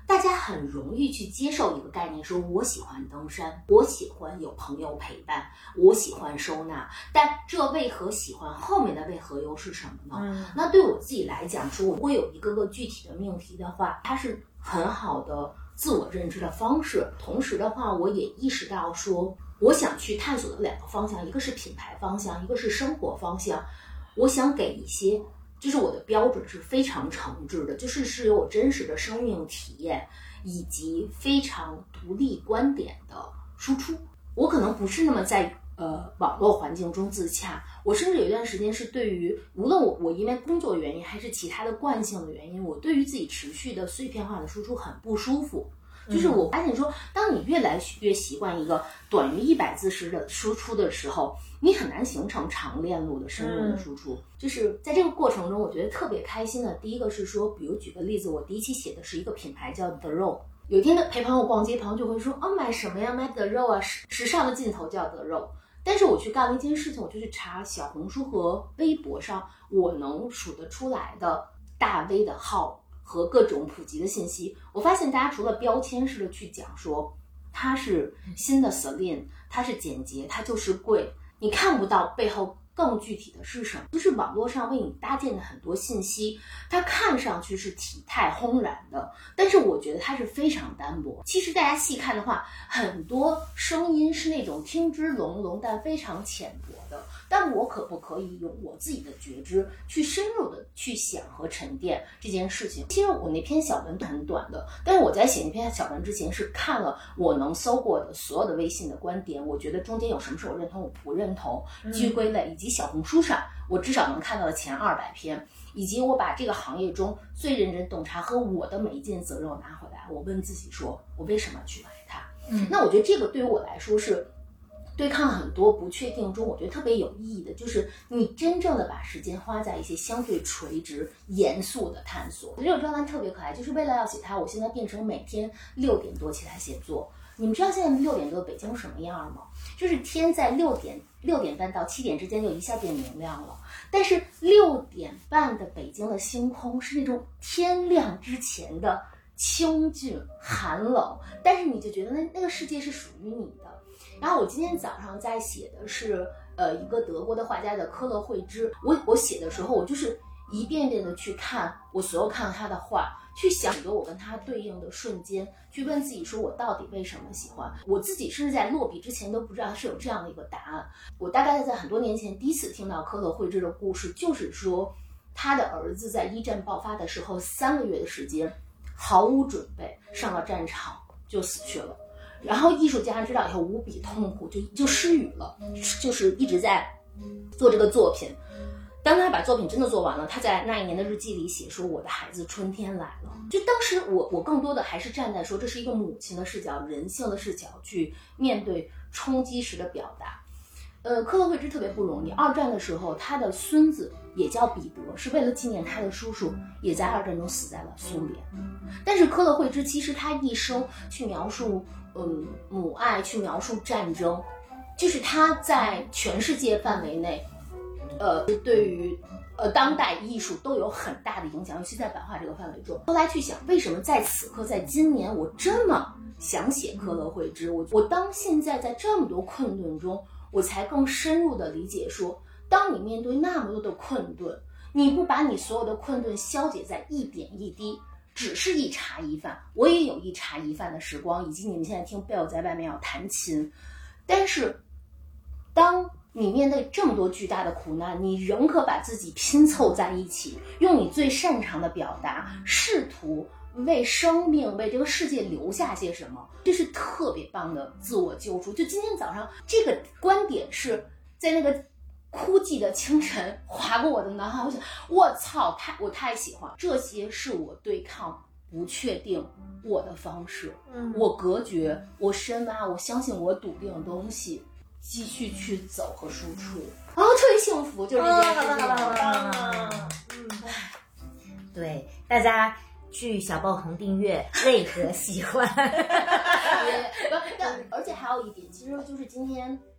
大家很容易去接受一个概念，说我喜欢登山，我喜欢有朋友陪伴，我喜欢收纳，但这为何喜欢后面的为何又是什么呢？嗯、那对我自己来讲说，我会有一个个具体的命题的话，它是很好的自我认知的方式。同时的话，我也意识到说，我想去探索的两个方向，一个是品牌方向，一个是生活方向。我想给一些，就是我的标准是非常诚挚的，就是是有我真实的生命体验以及非常独立观点的输出。我可能不是那么在呃网络环境中自洽，我甚至有一段时间是对于无论我我因为工作原因还是其他的惯性的原因，我对于自己持续的碎片化的输出很不舒服。就是我发现说，当你越来越习惯一个短于一百字时的输出的时候，你很难形成长链路的深入的输出。嗯、就是在这个过程中，我觉得特别开心的，第一个是说，比如举个例子，我第一期写的是一个品牌叫 The Row， 有一天陪朋友逛街，朋友就会说，哦，买什么呀？买 The Row 啊，时时尚的尽头叫 The Row。但是我去干了一件事情，我就去查小红书和微博上我能数得出来的大 V 的号和各种普及的信息，我发现大家除了标签式的去讲说它是新的 Celine， 它是简洁，它就是贵，你看不到背后更具体的是什么。就是网络上为你搭建的很多信息，它看上去是体态轰然的，但是我觉得它是非常单薄。其实大家细看的话，很多声音是那种听之隆隆但非常浅薄的，但我可不可以用我自己的觉知去深入的去想和沉淀这件事情。其实我那篇小文很短的，但是我在写那篇小文之前是看了我能搜过的所有的微信的观点，我觉得中间有什么是我认同我不认同，去归类，以及小红书上我至少能看到的前二百篇，以及我把这个行业中最认真洞察和我的每一件责任拿回来，我问自己说我为什么去买它。嗯，那我觉得这个对于我来说是对抗很多不确定中，我觉得特别有意义的，就是你真正的把时间花在一些相对垂直严肃的探索。我觉得这个专栏特别可爱，就是为了要写它，我现在变成每天六点多起来写作。你们知道现在六点多北京什么样吗？就是天在六点六点半到七点之间就一下变明亮了，但是六点半的北京的星空是那种天亮之前的清俊寒冷，但是你就觉得那那个世界是属于你的。然后我今天早上在写的是呃一个德国的画家的科勒惠芝，我我写的时候我就是一遍遍的去看我所有看他的画，去想许多我跟他对应的瞬间，去问自己说我到底为什么喜欢。我自己甚至在落笔之前都不知道是有这样的一个答案。我大概在很多年前第一次听到科勒惠芝的故事，就是说他的儿子在一战爆发的时候三个月的时间毫无准备上了战场就死去了，然后艺术家知道以后无比痛苦，就就失语了，就是一直在做这个作品。当他把作品真的做完了，他在那一年的日记里写说我的孩子春天来了。就当时我我更多的还是站在说这是一个母亲的视角，人性的视角去面对冲击时的表达。呃，科勒惠芝特别不容易，二战的时候他的孙子也叫彼得，是为了纪念他的叔叔也在二战中死在了苏联。但是科勒惠芝其实他一生去描述嗯母爱，去描述战争，就是他在全世界范围内呃，对于呃当代艺术都有很大的影响，尤其在版画这个范围中。后来去想，为什么在此刻，在今年，我这么想写科勒惠芝？我我当现在在这么多困顿中，我才更深入的理解说，当你面对那么多的困顿，你不把你所有的困顿消解在一点一滴，只是一茶一饭。我也有一茶一饭的时光，以及你们现在听贝尔在外面要弹琴，但是当你面对这么多巨大的苦难，你仍可把自己拼凑在一起，用你最擅长的表达，试图为生命为这个世界留下些什么，这是特别棒的自我救赎。就今天早上这个观点是在那个枯寂的清晨划过我的脑海，我想我操，太我太喜欢这些，是我对抗不确定我的方式。嗯，我隔绝，我深挖，我相信我笃定的东西，继续去走和输出，然后特别幸福，就是这件事情。 嗯，对，大家去小爆红订阅，为何喜欢？ 但而且还有一点，其实就是今天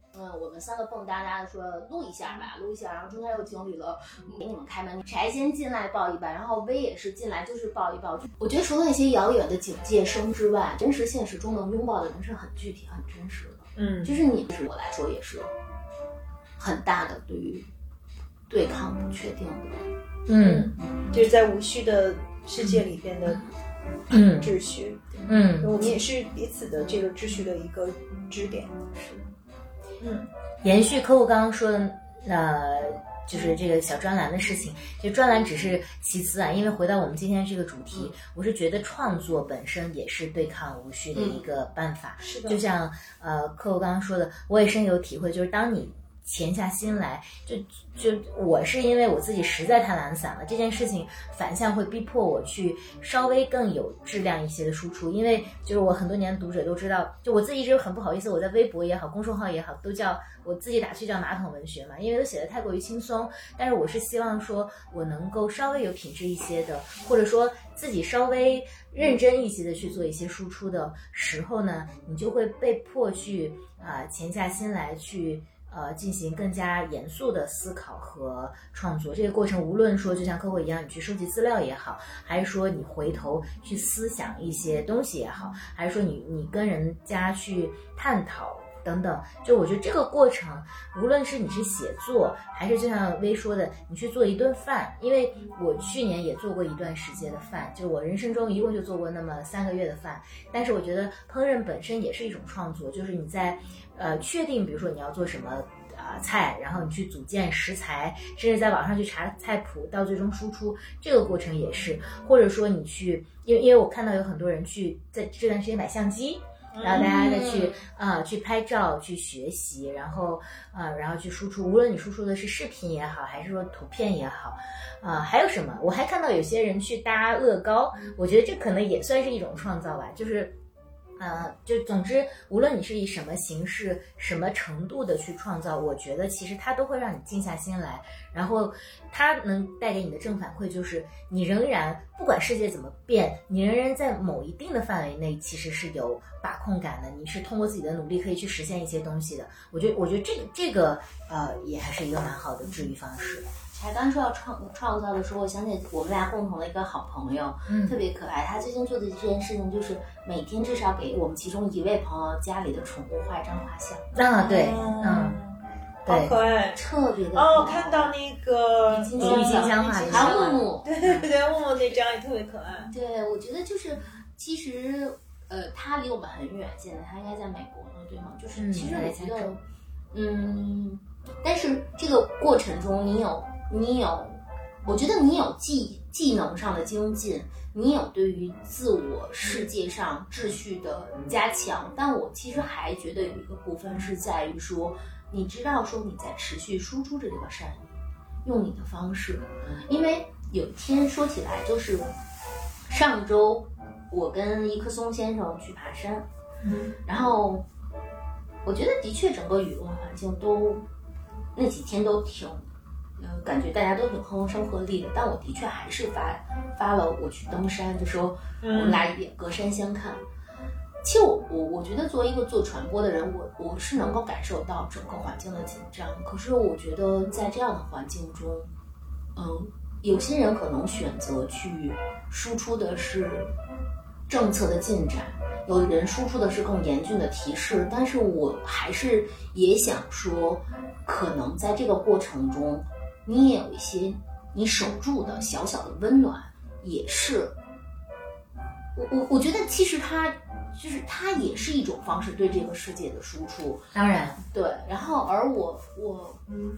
嗯，我们三个蹦哒哒的说录一下吧，录一下，然后中间又经历了给你们开门，柴先进来抱一抱，然后薇也是进来就是抱一抱。我觉得除了那些遥远的警戒声之外，真实现实中能拥抱的人是很具体、很真实的。 嗯， 就是你对我来说也是很大的对于对抗不确定的。 嗯， 就是在无序的世界里边的嗯秩序。 嗯， 我们也是彼此的这个秩序的一个支点。嗯， 延续客户刚刚说的，呃，就是这个小专栏的事情，就专栏只是其次啊，因为回到我们今天这个主题，我是觉得创作本身也是对抗无序的一个办法。 嗯、是的， 就像呃客户刚刚说的，我也深有体会，就是当你潜下心来，就就我是因为我自己实在太懒散了，这件事情反向会逼迫我去稍微更有质量一些的输出，因为就是我很多年的读者都知道，就我自己一直很不好意思，我在微博也好，公众号也好，都叫我自己打趣叫马桶文学嘛，因为都写得太过于轻松，但是我是希望说我能够稍微有品质一些的，或者说自己稍微认真一些的去做一些输出的时候呢，你就会被迫去啊、呃、潜下心来去呃，进行更加严肃的思考和创作。这个过程，无论说就像客户一样，你去收集资料也好，还是说你回头去思想一些东西也好，还是说你你跟人家去探讨等等，就我觉得这个过程，无论是你是写作，还是就像薇说的，你去做一顿饭，因为我去年也做过一段时间的饭，就我人生中一共就做过那么三个月的饭，但是我觉得烹饪本身也是一种创作，就是你在呃确定，比如说你要做什么啊、呃、菜，然后你去组建食材，甚至在网上去查菜谱，到最终输出，这个过程也是，或者说你去，因为因为我看到有很多人去在这段时间买相机。然后大家再去啊、呃、去拍照去学习，然后呃然后去输出，无论你输出的是视频也好，还是说图片也好，啊、呃、还有什么？我还看到有些人去搭乐高，我觉得这可能也算是一种创造吧，就是。呃，就总之，无论你是以什么形式、什么程度的去创造，我觉得其实它都会让你静下心来，然后它能带给你的正反馈就是，你仍然不管世界怎么变，你仍然在某一定的范围内其实是有把控感的，你是通过自己的努力可以去实现一些东西的。我觉得，我觉得这个这个呃，也还是一个蛮好的治愈方式。 才刚说要创创造的时候，我想起我们俩共同的一个好朋友，嗯，特别可爱。他最近做的这件事情就是每天至少给我们其中一位朋友家里的宠物画一张画像。 啊，对，嗯， 好可爱， 特别的哦，看到那个郁金香画的， 还有木木， 对对对，木木那张也特别可爱。 对，我觉得就是其实呃，他离我们很远，现在他应该在美国呢，对吗？就是、嗯、其实我觉得，嗯，但是这个过程中你有。你有，我觉得你有技技能上的精进，你有对于自我世界上秩序的加强，但我其实还觉得有一个部分是在于说，你知道说你在持续输出着这个善意，用你的方式，因为有一天说起来就是上周我跟一棵松先生去爬山，嗯，然后我觉得的确整个舆论环境都那几天都挺。呃，感觉大家都挺风声鹤唳的，但我的确还是发发了我去登山，就说我们俩也隔山相看。嗯、其实我我我觉得作为一个做传播的人，我我是能够感受到整个环境的紧张。可是我觉得在这样的环境中，嗯，有些人可能选择去输出的是政策的进展，有人输出的是更严峻的提示，但是我还是也想说，可能在这个过程中。你也有一些你守住的小小的温暖，也是我我我觉得其实它就是它也是一种方式对这个世界的输出。 当然， 对。然后而我我嗯，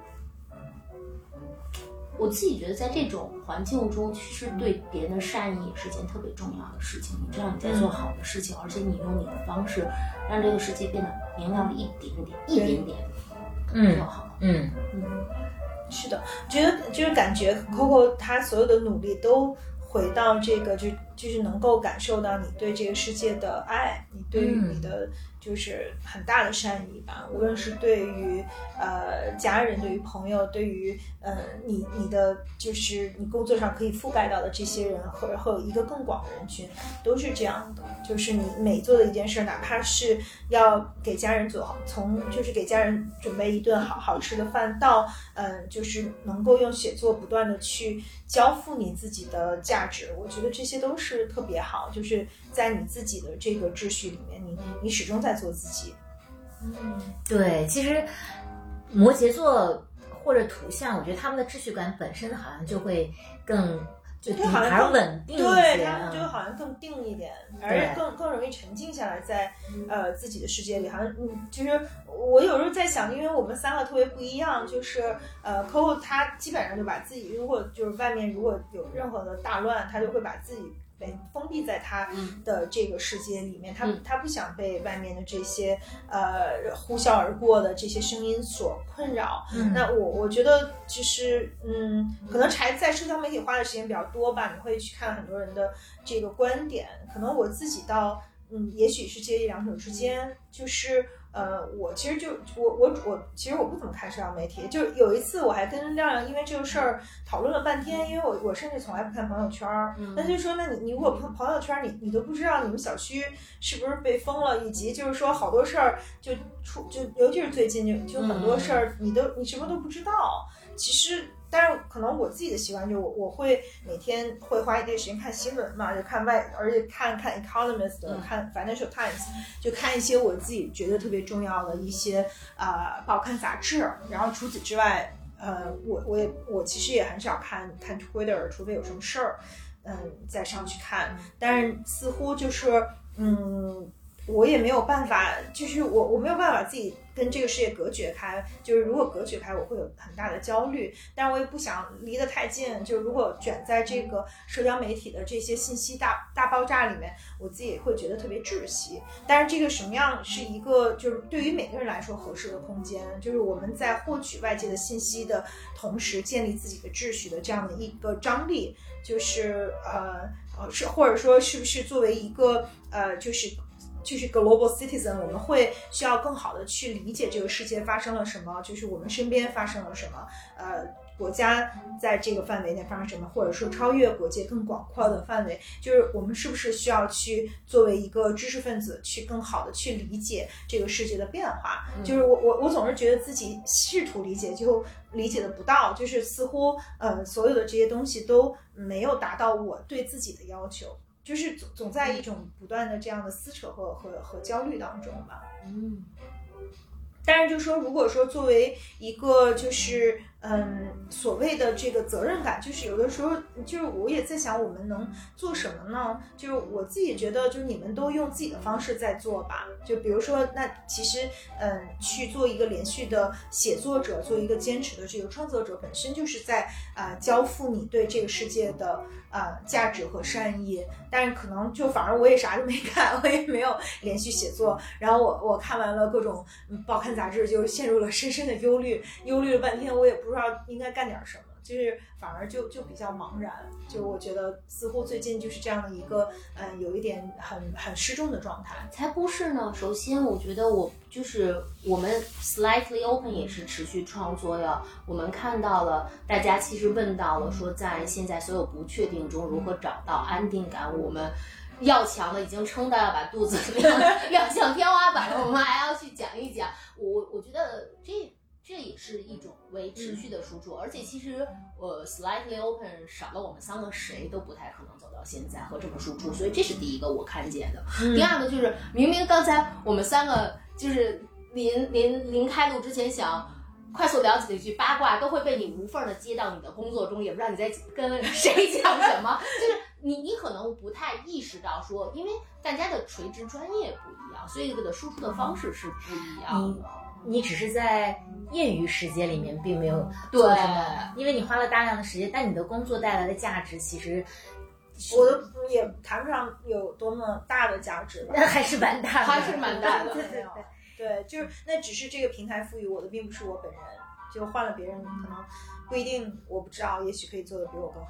我自己觉得在这种环境中，其实对别人的善意也是件特别重要的事情。你知道你在做好的事情，而且你用你的方式让这个世界变得明亮了一点点，一点点， 嗯， 就好。 嗯嗯。是的，觉得就是感觉 Coco 他所有的努力都回到这个就就是能够感受到你对这个世界的爱，你对于你的就是很大的善意吧，无论是对于呃家人，对于朋友，对于呃你你的就是你工作上可以覆盖到的这些人和和一个更广的人群，都是这样的。就是你每做的一件事，哪怕是要给家人做好，从就是给家人准备一顿好好吃的饭，到嗯、呃、就是能够用写作不断的去交付你自己的价值，我觉得这些都是特别好，就是在你自己的这个秩序里面，你你始终在做自己。 嗯，对，其实摩羯座或者土象，我觉得他们的秩序感本身好像就会更就底盘稳定一些， 对，他们就好像更定一点，而且更更容易沉浸下来在呃自己的世界里。好像嗯，其实我有时候在想，因为我们三个特别不一样，就是呃 Coco 他基本上就把自己，如果就是外面如果有任何的大乱，他就会把自己被封闭在他的这个世界里面，他他不想被外面的这些呃呼啸而过的这些声音所困扰。 嗯、 那我我觉得就是嗯，可能柴在社交媒体花的时间比较多吧，你会去看很多人的这个观点。可能我自己到嗯，也许是介于两者之间，就是呃，我其实就我我我其实我不怎么看社交媒体，就有一次我还跟亮亮因为这个事儿讨论了半天，因为我我甚至从来不看朋友圈，那就说那你你如果朋朋友圈你你都不知道你们小区是不是被封了，以及就是说好多事儿就出就尤其是最近就就很多事儿你都你什么都不知道，其实。但是可能我自己的习惯就是我我会每天会花一点时间看新闻嘛，就看外，而且看看 Economist 的，看 Financial Times， 就看一些我自己觉得特别重要的一些啊、呃、报刊杂志。然后除此之外，呃，我我也我其实也很少看看 Twitter， 除非有什么事儿，嗯，再上去看。但是似乎就是嗯。我也没有办法，就是我我没有办法自己跟这个世界隔绝开，就是如果隔绝开我会有很大的焦虑，但是我也不想离得太近，就如果卷在这个社交媒体的这些信息大大爆炸里面，我自己也会觉得特别窒息。但是这个什么样是一个就是对于每个人来说合适的空间，就是我们在获取外界的信息的同时建立自己的秩序的这样的一个张力，就是呃呃是或者说是不是作为一个呃就是就是 global citizen， 我们会需要更好的去理解这个世界发生了什么，就是我们身边发生了什么，呃，国家在这个范围内发生什么，或者说超越国界更广阔的范围，就是我们是不是需要去作为一个知识分子去更好的去理解这个世界的变化？嗯、就是我我我总是觉得自己试图理解就理解的不到，就是似乎呃所有的这些东西都没有达到我对自己的要求。就是总总在一种不断的这样的撕扯和和和焦虑当中吧。 嗯， 但是就说，如果说作为一个就是嗯所谓的这个责任感，就是有的时候就是我也在想，我们能做什么呢？就是我自己觉得，就是你们都用自己的方式在做吧。就比如说，那其实嗯去做一个连续的写作者，做一个坚持的这个创作者，本身就是在啊、呃、交付你对这个世界的啊、呃、价值和善意。但是可能就反而我也啥都没干，我也没有连续写作。然后我我看完了各种嗯报刊杂志，就陷入了深深的忧虑，忧虑了半天，我也不知道应该干点什么。就是反而就就比较茫然，就我觉得似乎最近就是这样的一个嗯有一点很很失重的状态。 才不是呢，首先我觉得我就是我们 Slightly Open 也是持续创作呀，我们看到了大家其实问到了说在现在所有不确定中如何找到安定感，我们要强的已经撑到要把肚子亮亮向天花板了，我们还要去讲一讲。我我觉得这这也是一种为持续的输出，而且其实呃 Slightly Open 少了我们三个谁都不太可能走到现在和这么输出，所以这是第一个我看见的。嗯、第二个就是明明刚才我们三个就是临临临开录之前想快速了解的一句八卦，都会被你无缝的接到你的工作中，也不知道你在跟谁讲什么，就是你你可能不太意识到说，因为大家的垂直专业不一样，所以这个输出的方式是不一样的。 你只是在业余时间里面并没有做什么，因为你花了大量的时间，但你的工作带来的价值其实我都也谈不上有多么大的价值吧， 那还是蛮大的， 还是蛮大的。 对对对对，就是那只是这个平台赋予我的，并不是我本人。就换了别人，可能不一定，我不知道，也许可以做得比我更好。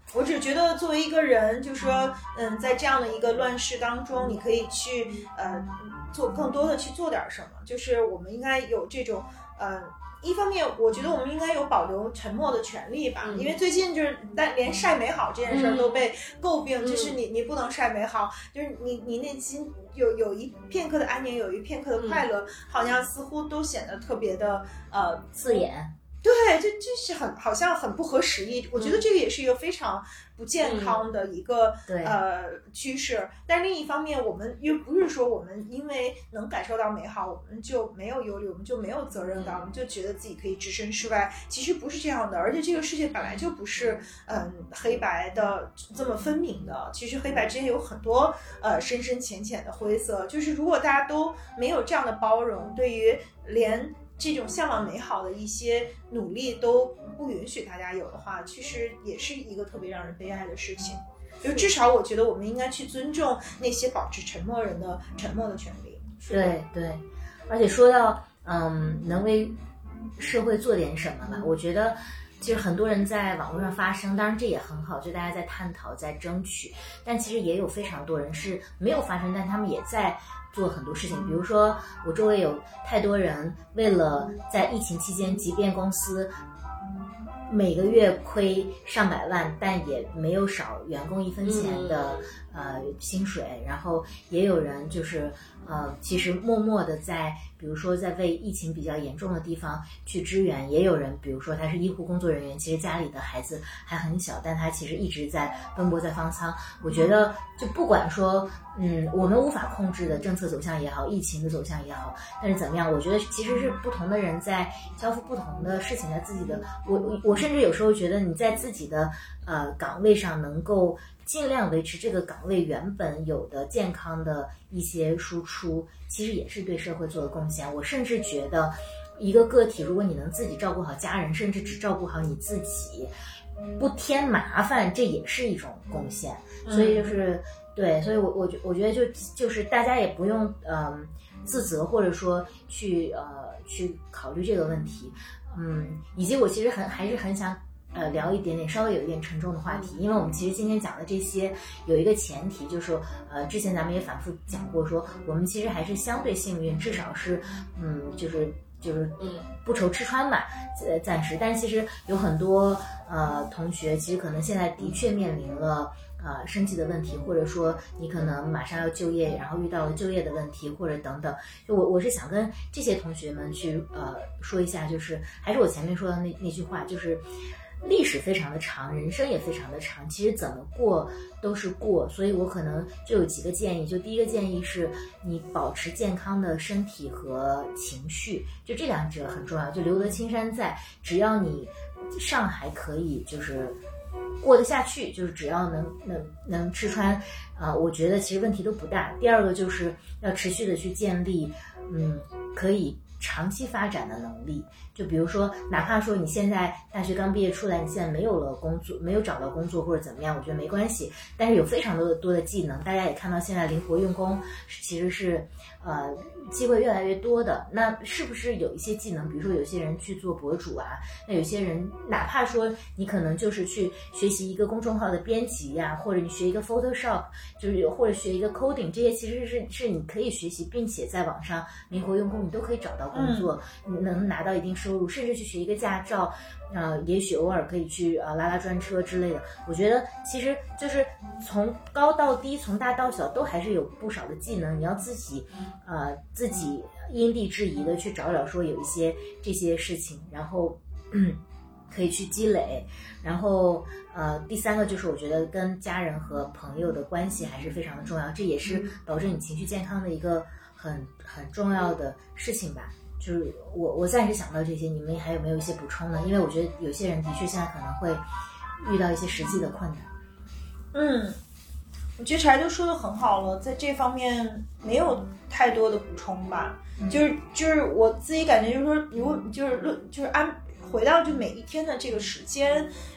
我只觉得作为一个人，就是说，嗯，在这样的一个乱世当中，你可以去呃做更多的去做点什么。就是我们应该有这种呃，一方面，我觉得我们应该有保留沉默的权利吧， 嗯、 因为最近就是但连晒美好这件事儿都被诟病， 嗯、 就是你你不能晒美好，就是你你内心有有一片刻的安宁，有一片刻的快乐，嗯、好像似乎都显得特别的呃刺眼。 对，这这是很好像很不合时宜。我觉得这个也是一个非常不健康的一个、 嗯、 呃趋势。但另一方面，我们又不是说我们因为能感受到美好，我们就没有忧虑，我们就没有责任感，我们就觉得自己可以置身事外。其实不是这样的，而且这个世界本来就不是嗯黑白的这么分明的。其实黑白之间有很多呃深深浅浅的灰色。就是如果大家都没有这样的包容，对于连这种向往美好的一些努力都不允许大家有的话，其实也是一个特别让人悲哀的事情。就至少我觉得我们应该去尊重那些保持沉默人的沉默的权利。 对对，而且说到嗯，能为社会做点什么吧，我觉得其实很多人在网络上发声，当然这也很好，就大家在探讨在争取，但其实也有非常多人是没有发声，但他们也在做很多事情。比如说我周围有太多人为了在疫情期间，即便公司每个月亏上百万，但也没有少员工一分钱的、嗯、呃薪水，然后也有人就是呃其实默默的在比如说在为疫情比较严重的地方去支援，也有人比如说他是医护工作人员，其实家里的孩子还很小，但他其实一直在奔波在方舱。我觉得就不管说嗯我们无法控制的政策走向也好，疫情的走向也好，但是怎么样，我觉得其实是不同的人在交付不同的事情，在自己的我我甚至有时候觉得你在自己的呃岗位上能够尽量维持这个岗位原本有的健康的一些输出，其实也是对社会做的贡献。我甚至觉得一个个体，如果你能自己照顾好家人，甚至只照顾好你自己，不添麻烦，这也是一种贡献。所以就是、嗯、对，所以我我我觉得就就是大家也不用嗯、呃、自责，或者说去呃去考虑这个问题。嗯，以及我其实很还是很想呃聊一点点稍微有一点沉重的话题，因为我们其实今天讲的这些有一个前提，就是说呃之前咱们也反复讲过，说我们其实还是相对幸运，至少是嗯就是就是嗯不愁吃穿吧，呃暂时，但其实有很多呃同学其实可能现在的确面临了呃生计的问题，或者说你可能马上要就业，然后遇到了就业的问题，或者等等。就我我是想跟这些同学们去呃说一下，就是还是我前面说的那那句话，就是历史非常的长，人生也非常的长，其实怎么过都是过，所以我可能就有几个建议。就第一个建议是你保持健康的身体和情绪，就这两者很重要。就留得青山在，只要你上还可以就是过得下去，就是只要能能能吃穿啊、呃，我觉得其实问题都不大。第二个就是要持续的去建立嗯可以长期发展的能力，就比如说哪怕说你现在大学刚毕业出来，你现在没有了工作，没有找到工作或者怎么样，我觉得没关系，但是有非常多的多的技能，大家也看到现在灵活用工其实是呃机会越来越多的。那是不是有一些技能，比如说有些人去做博主啊，那有些人哪怕说你可能就是去学习一个公众号的编辑呀、啊，或者你学一个 Photoshop， 就是或者学一个 coding， 这些其实是是你可以学习，并且在网上灵活用工，你都可以找到工作，嗯、你能拿到一定收入，甚至去学一个驾照，呃，也许偶尔可以去呃拉拉专车之类的。我觉得其实就是从高到低，从大到小，都还是有不少的技能，你要自己呃自己因地制宜的去找找，说有一些这些事情，然后嗯可以去积累。然后呃第三个就是我觉得跟家人和朋友的关系还是非常的重要，这也是保证你情绪健康的一个很很重要的事情吧。就是我我暂时想到这些，你们还有没有一些补充呢？因为我觉得有些人的确现在可能会遇到一些实际的困难。 嗯，我觉得柴都说的很好了，在这方面没有太多的补充吧。嗯、就是就是我自己感觉就是说，如果就是论就是按回到就每一天的这个时间，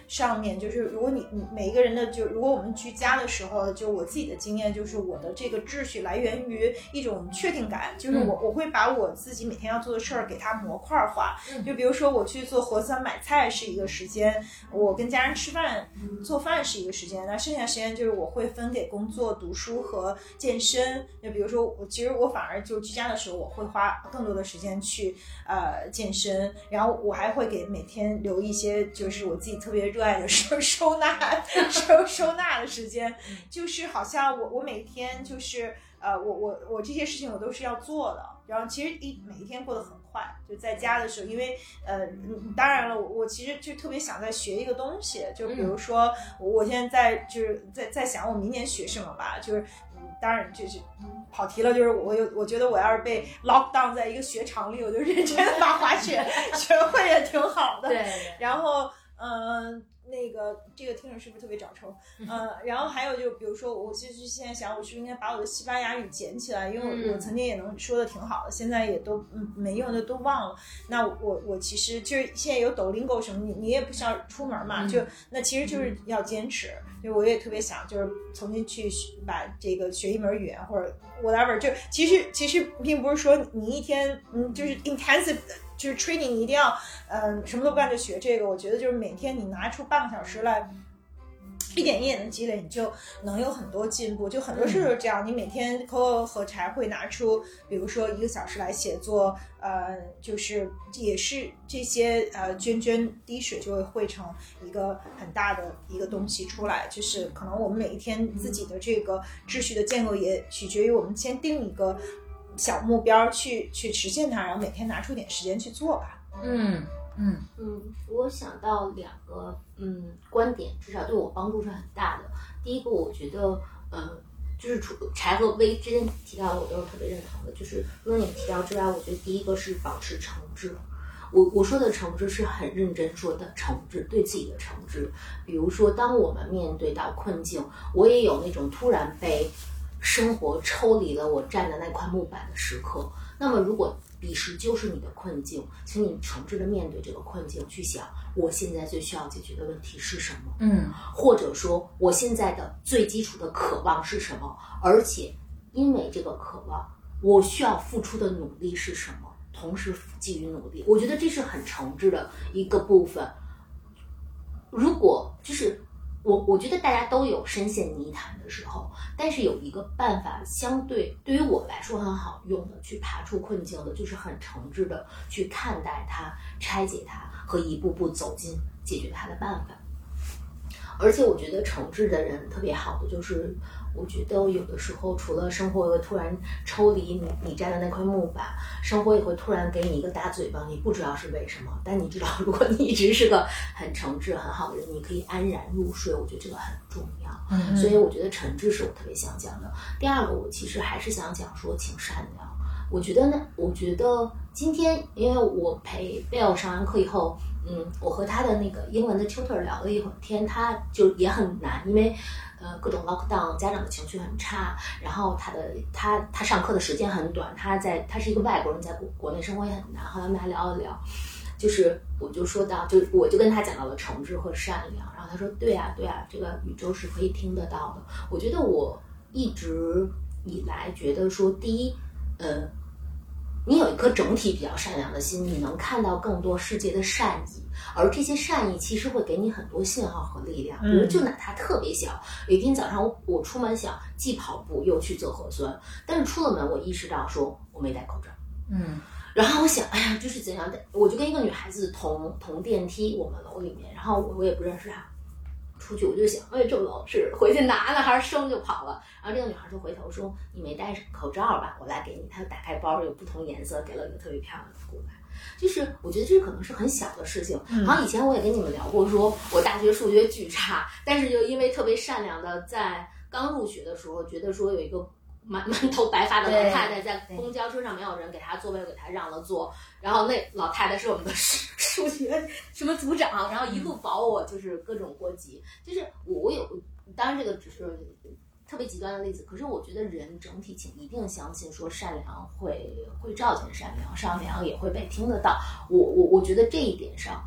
上面，就是如果你每一个人的就如果我们居家的时候，就我自己的经验就是我的这个秩序来源于一种确定感，就是我、嗯、我会把我自己每天要做的事儿给它模块化，嗯、就比如说我去做核酸买菜是一个时间，我跟家人吃饭、嗯、做饭是一个时间，那剩下时间就是我会分给工作、读书和健身。就比如说我其实我反而就居家的时候，我会花更多的时间去呃健身，然后我还会给每天留一些就是我自己特别热爱的收收纳收收纳的时间，就是好像我我每天就是呃我我我这些事情我都是要做的，然后其实一每一天过得很快，就在家的时候，因为呃当然了，我我其实就特别想再学一个东西，就比如说我现在在就是在在想我明年学什么吧，就是。当然就是跑题了，就是我有我觉得我要是被 lock down 在一个雪场里，我就认真的把滑雪学会也挺好的。 对， 然后嗯、呃，那个这个听着是不是特别找抽？嗯、呃，然后还有就比如说，我其实现在想，我是不是应该把我的西班牙语捡起来，因为我、嗯、我曾经也能说的挺好的，现在也都嗯没用的都忘了。那我我其实就是现在有抖音狗什么，你你也不需要出门嘛，嗯、就那其实就是要坚持。就我也特别想，就是重新去把这个学一门语言或者 whatever， 就其实其实并不是说你一天嗯就是 intensive 就是 training 你一定要嗯、呃、什么都不干就学这个，我觉得就是每天你拿出半个小时来。一点一点的积累，你就能有很多进步。就很多事都是这样，你每天 Coco 和柴会拿出，比如说一个小时来写作，呃，就是也是这些呃涓涓滴水就会汇成一个很大的一个东西出来。就是可能我们每一天自己的这个秩序的建构也取决于我们先定一个小目标去去实现它，然后每天拿出点时间去做吧。 嗯。嗯嗯，我想到两个嗯观点，至少对我帮助是很大的。第一个，我觉得呃，就是除柴和薇之前提到的，我都是特别认同的。就是除了你提到之外，我觉得第一个是保持诚挚。我我说的诚挚是很认真说的诚挚，对自己的诚挚。比如说，当我们面对到困境，我也有那种突然被生活抽离了我站的那块木板的时刻。那么，如果彼时就是你的困境，请你诚挚的面对这个困境，去想我现在最需要解决的问题是什么， 嗯， 或者说我现在的最基础的渴望是什么，而且因为这个渴望，我需要付出的努力是什么，同时给予努力。我觉得这是很诚挚的一个部分。如果就是我我觉得大家都有深陷泥潭的时候，但是有一个办法相对对于我来说很好用的去爬出困境的，就是很诚挚的去看待它、拆解它和一步步走进解决它的办法。而且我觉得诚挚的人特别好的就是我觉得有的时候除了生活会突然抽离你你站的那块木板，生活也会突然给你一个大嘴巴，你不知道是为什么，但你知道如果你一直是个很诚挚很好的人，你可以安然入睡，我觉得这个很重要。 嗯， 所以我觉得诚挚是我特别想讲的。第二个，我其实还是想讲说请善良。我觉得呢，我觉得今天因为我陪 Bell 上完课以后，嗯，我和他的那个英文的 tutor 聊了一会儿天，他就也很难，因为呃各种 lockdown， 家长的情绪很差，然后他的他他上课的时间很短，他在他是一个外国人，在国国内生活也很难。后来我们还聊了聊，就是我就说到，就我就跟他讲到了诚挚和善良，然后他说对啊对啊，这个宇宙是可以听得到的。我觉得我一直以来觉得说，第一，呃。你有一颗整体比较善良的心，你能看到更多世界的善意，而这些善意其实会给你很多信号和力量。比如就哪怕特别小，有一天早上我我出门想既跑步又去做核酸，但是出了门我意识到说我没戴口罩， 嗯， 然后我想哎呀这是怎样的，我就跟一个女孩子同同电梯我们楼里面，然后我我也不认识她。出去我就想，哎，这么老是回去拿呢，还是生就跑了？然后这个女孩就回头说：“你没戴口罩吧？我来给你。”她打开包，有不同颜色，给了一个特别漂亮的过来。就是我觉得这可能是很小的事情。 嗯、 好像以前我也跟你们聊过说，说我大学数学巨差，但是就因为特别善良的，在刚入学的时候，觉得说有一个满满头白发的老太太在公交车上没有人给她座位，给她让了座，然后那老太太是我们的数学什么组长，然后一路保我，就是各种过激。就是我我有，当然这个只是特别极端的例子，可是我觉得人整体请一定相信说善良会会照见善良，善良也会被听得到。我我我觉得这一点上，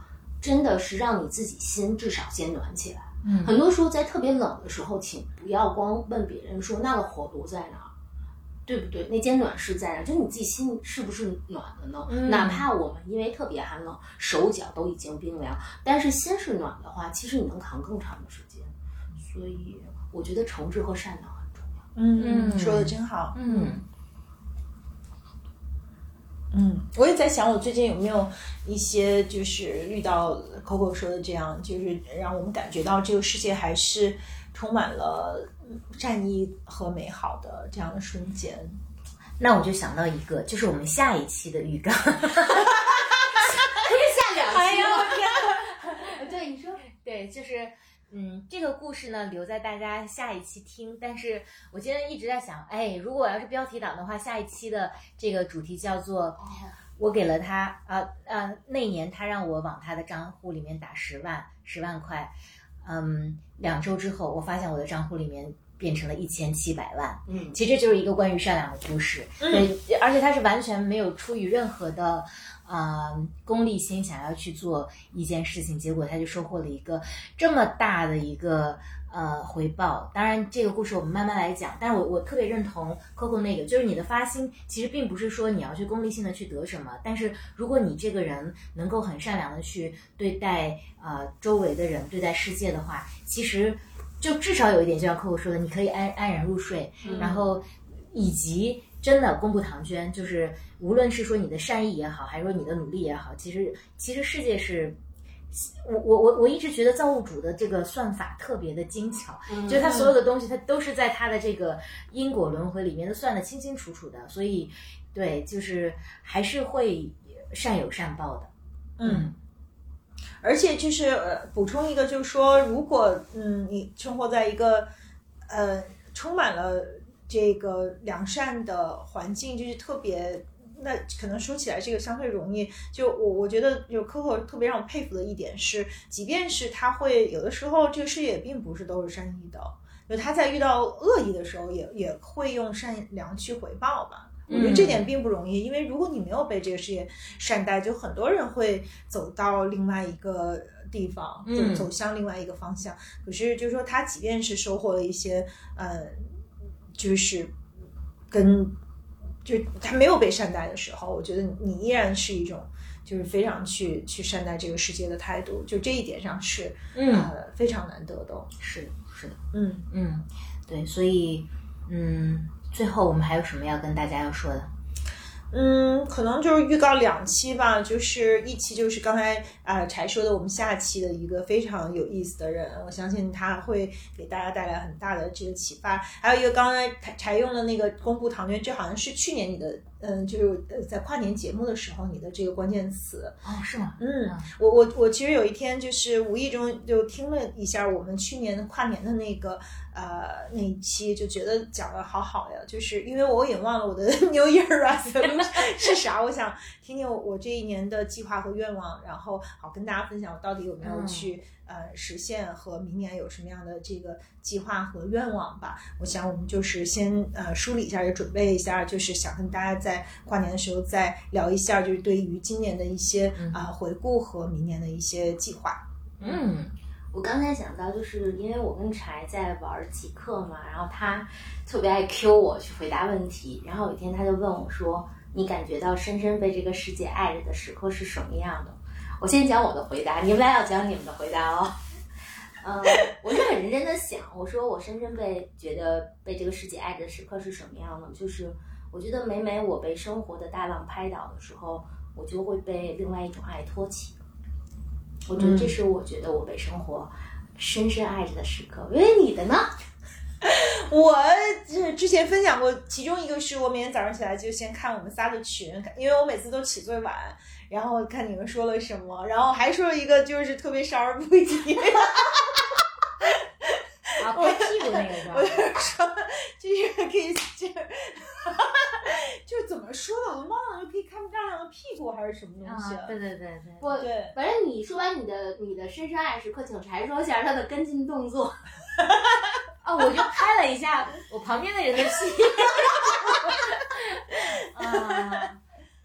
真的是让你自己心至少先暖起来。 嗯， 很多时候在特别冷的时候，请不要光问别人说那个火炉在哪儿，对不对？那间暖室在哪儿？就你自己心是不是暖的呢？ 嗯、 哪怕我们因为特别寒冷，手脚都已经冰凉，但是心是暖的话，其实你能扛更长的时间。所以我觉得诚挚和善良很重要。 嗯，嗯说的真好。 嗯。 嗯，我也在想，我最近有没有一些就是遇到 Coco 说的这样，就是让我们感觉到这个世界还是充满了善意和美好的这样的瞬间。 那我就想到一个，就是我们下一期的预告，可以下两期。哎呀，我天哪！ 对，你说， 对，就是。嗯，这个故事呢留在大家下一期听，但是我今天一直在想，哎，如果我要是标题党的话，下一期的这个主题叫做我给了他啊啊，那年他让我往他的账户里面打十万十万块，嗯，两周之后我发现我的账户里面变成了一千七百万， 嗯， 其实就是一个关于善良的故事， 嗯， 对，而且它是完全没有出于任何的。呃，功利心想要去做一件事情，结果他就收获了一个这么大的一个呃回报。当然，这个故事我们慢慢来讲。但是我我特别认同 Coco 那个，就是你的发心其实并不是说你要去功利性的去得什么，但是如果你这个人能够很善良的去对待呃周围的人，对待世界的话，其实就至少有一点，就像 Coco 说的，你可以安安然入睡， 嗯、 然后以及。真的功不唐捐，就是无论是说你的善意也好，还是说你的努力也好，其实其实世界是，我我我我一直觉得造物主的这个算法特别的精巧，嗯、就是他所有的东西，他都是在他的这个因果轮回里面都算得清清楚楚的，所以对，就是还是会善有善报的， 嗯。而且就是呃，补充一个，就是说，如果嗯，你生活在一个呃充满了。这个良善的环境就是特别，那可能说起来这个相对容易。就我我觉得有 Coco 特别让我佩服的一点是，即便是他会有的时候这个世界并不是都是善意的，就他在遇到恶意的时候也也会用善良去回报吧。我觉得这点并不容易，因为如果你没有被这个世界善待，就很多人会走到另外一个地方，就走向另外一个方向。嗯、可是就是说，他即便是收获了一些呃。就是跟就是他没有被善待的时候，我觉得你依然是一种就是非常去去善待这个世界的态度，就这一点上是嗯、 呃、非常难得的。 是的，是的， 嗯嗯，对，所以嗯，最后我们还有什么要跟大家要说的？ 嗯，可能就是预告两期吧，就是一期就是刚才啊、呃、柴说的，我们下期的一个非常有意思的人，我相信他会给大家带来很大的这个启发。还有一个刚才柴用的那个功不唐捐，这好像是去年你的嗯，就是呃在跨年节目的时候你的这个关键词。 哦，是吗？ 嗯，我我我其实有一天就是无意中就听了一下我们去年的跨年的那个呃那一期，就觉得讲的好好呀，就是因为我也忘了我的 New Year Resolution 是啥，我想听听我这一年的计划和愿望，然后好跟大家分享我到底有没有去、嗯、呃实现，和明年有什么样的这个计划和愿望吧。我想我们就是先呃梳理一下，也准备一下，就是想跟大家在跨年的时候再聊一下，就是对于今年的一些啊、呃、回顾和明年的一些计划。 嗯，我刚才想到，就是因为我跟柴在玩极客嘛，然后他特别爱 Q 我去回答问题，然后有一天他就问我说，你感觉到深深被这个世界爱着的时刻是什么样的？我先讲我的回答，你们俩要讲你们的回答哦。嗯，我是很认真的想，我说我深深被觉得被这个世界爱着的时刻是什么样的？就是我觉得每每我被生活的大浪拍倒的时候，我就会被另外一种爱托起。我觉得这是我觉得我被生活深深爱着的时刻。因为你的呢？ 我之前分享过，其中一个是我每天早上起来就先看我们仨的群，因为我每次都起最晚，然后看你们说了什么，然后还说了一个就是特别少儿不宜。 啊，拍屁股那个是吧？ 我就说，就是可以，就就怎么说的我都忘了，就可以看漂亮的屁股还是什么东西、 啊？对对对对， 我对， 反正你说完你的你的深深爱时刻，请柴说一下他的跟进动作。 哦，我就拍了一下我旁边的人的屁。啊，对，但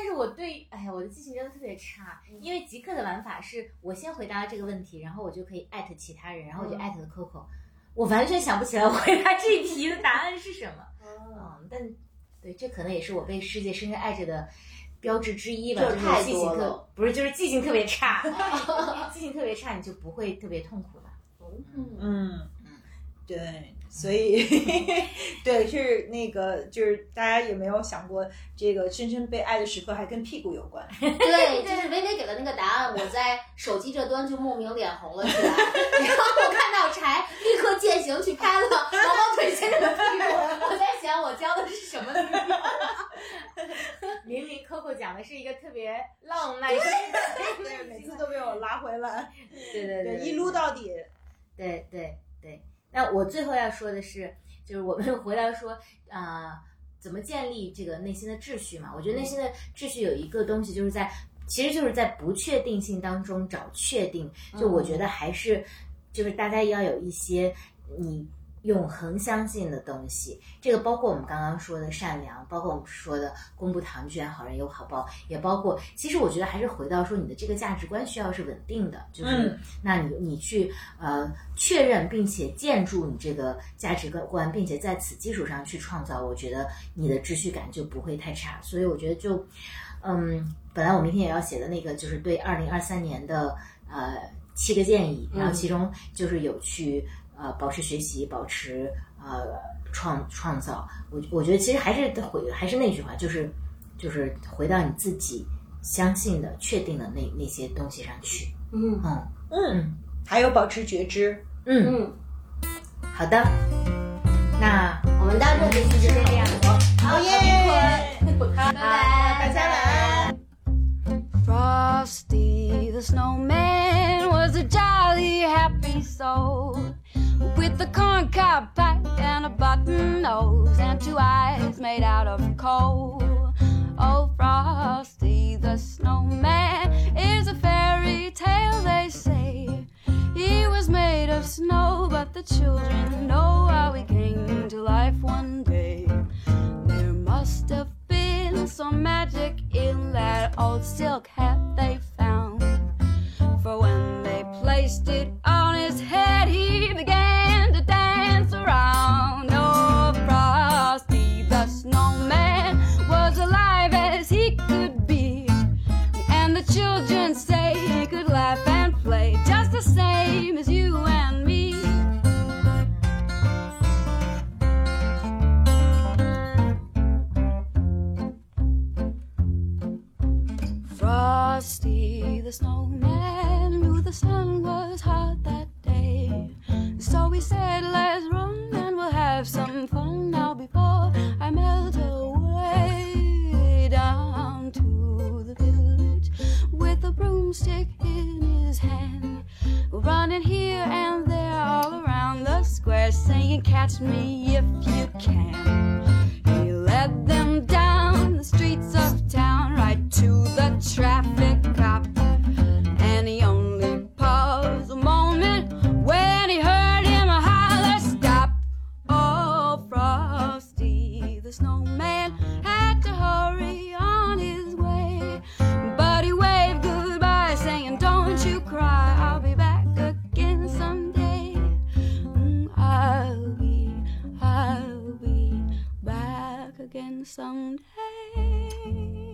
是我对，哎呀，我的记性真的特别差，因为极客的玩法是我先回答这个问题，然后我就可以艾特其他人，然后我就艾特了 Coco，、嗯、我完全想不起来我回答这一题的答案是什么。嗯，但对，这可能也是我被世界深深爱着的标志之一吧， 就是太记性多了， 特不是就是记性特别差，记性特别差，你就不会特别痛苦了。 嗯嗯，对。所以，对，是那个，就是大家有没有想过，这个深深被爱的时刻还跟屁股有关？ 对，就是微微给了那个答案，我在手机这端就莫名脸红了起来，然后我看到柴立刻践行去拍了毛毛腿先生的屁股，我在想我教的是什么东西？ 明明 Coco 讲的是一个特别浪漫， 对，每次都被我拉回来， 对对 对, 对，一撸到底， 对对对。那我最后要说的是，就是我们回来说，啊、呃，怎么建立这个内心的秩序嘛？我觉得内心的秩序有一个东西，就是在，其实就是在不确定性当中找确定。就我觉得还是，就是大家要有一些你永恒相信的东西。这个包括我们刚刚说的善良，包括我们说的公布唐卷，好人有好报，也包括，其实我觉得还是回到说你的这个价值观需要是稳定的，就是、嗯、那你你去呃确认并且建筑你这个价值观，并且在此基础上去创造，我觉得你的秩序感就不会太差。所以我觉得就嗯，本来我明天也要写的那个就是对二零二三年的呃七个建议，然后其中就是有去呃保持学习，保持呃创创造。我我觉得其实还是回还是那句话，就是就是回到你自己相信的、确定的那那些东西上去。 嗯嗯嗯，还有保持觉知。 嗯嗯，好的，那我们到这里就这样。 好耶， 拜拜， 大家晚安。 Frosty the snowman was a jolly happy soul with a corncob pipe and a button nose and two eyes made out of coal. Oh, Frosty the snowman is a fairy tale, they say. He was made of snow, but the children know how he came to life one day. There must have been some magic in that old silk hat they found, for when they placed it on his head, he began to dance around. Oh, Frosty the snowman was alive as he could be, and the children say he could laugh and play just the same as you and me. Frosty the snowman knew the sun was hot that day, so he said, let's run and we'll have some fun now before I melt away. Down to the village with a broomstick in his hand, running here and there all around the square, saying, catch me if you can. He led them down the streets of town right to the traffic cop, and he only paused a moment when he heard him holler, stop. Oh, Frosty the snowman had to hurry on his way, but he waved goodbye saying, don't you cry, I'll be back again someday. Mm, I'll be, I'll be back again someday.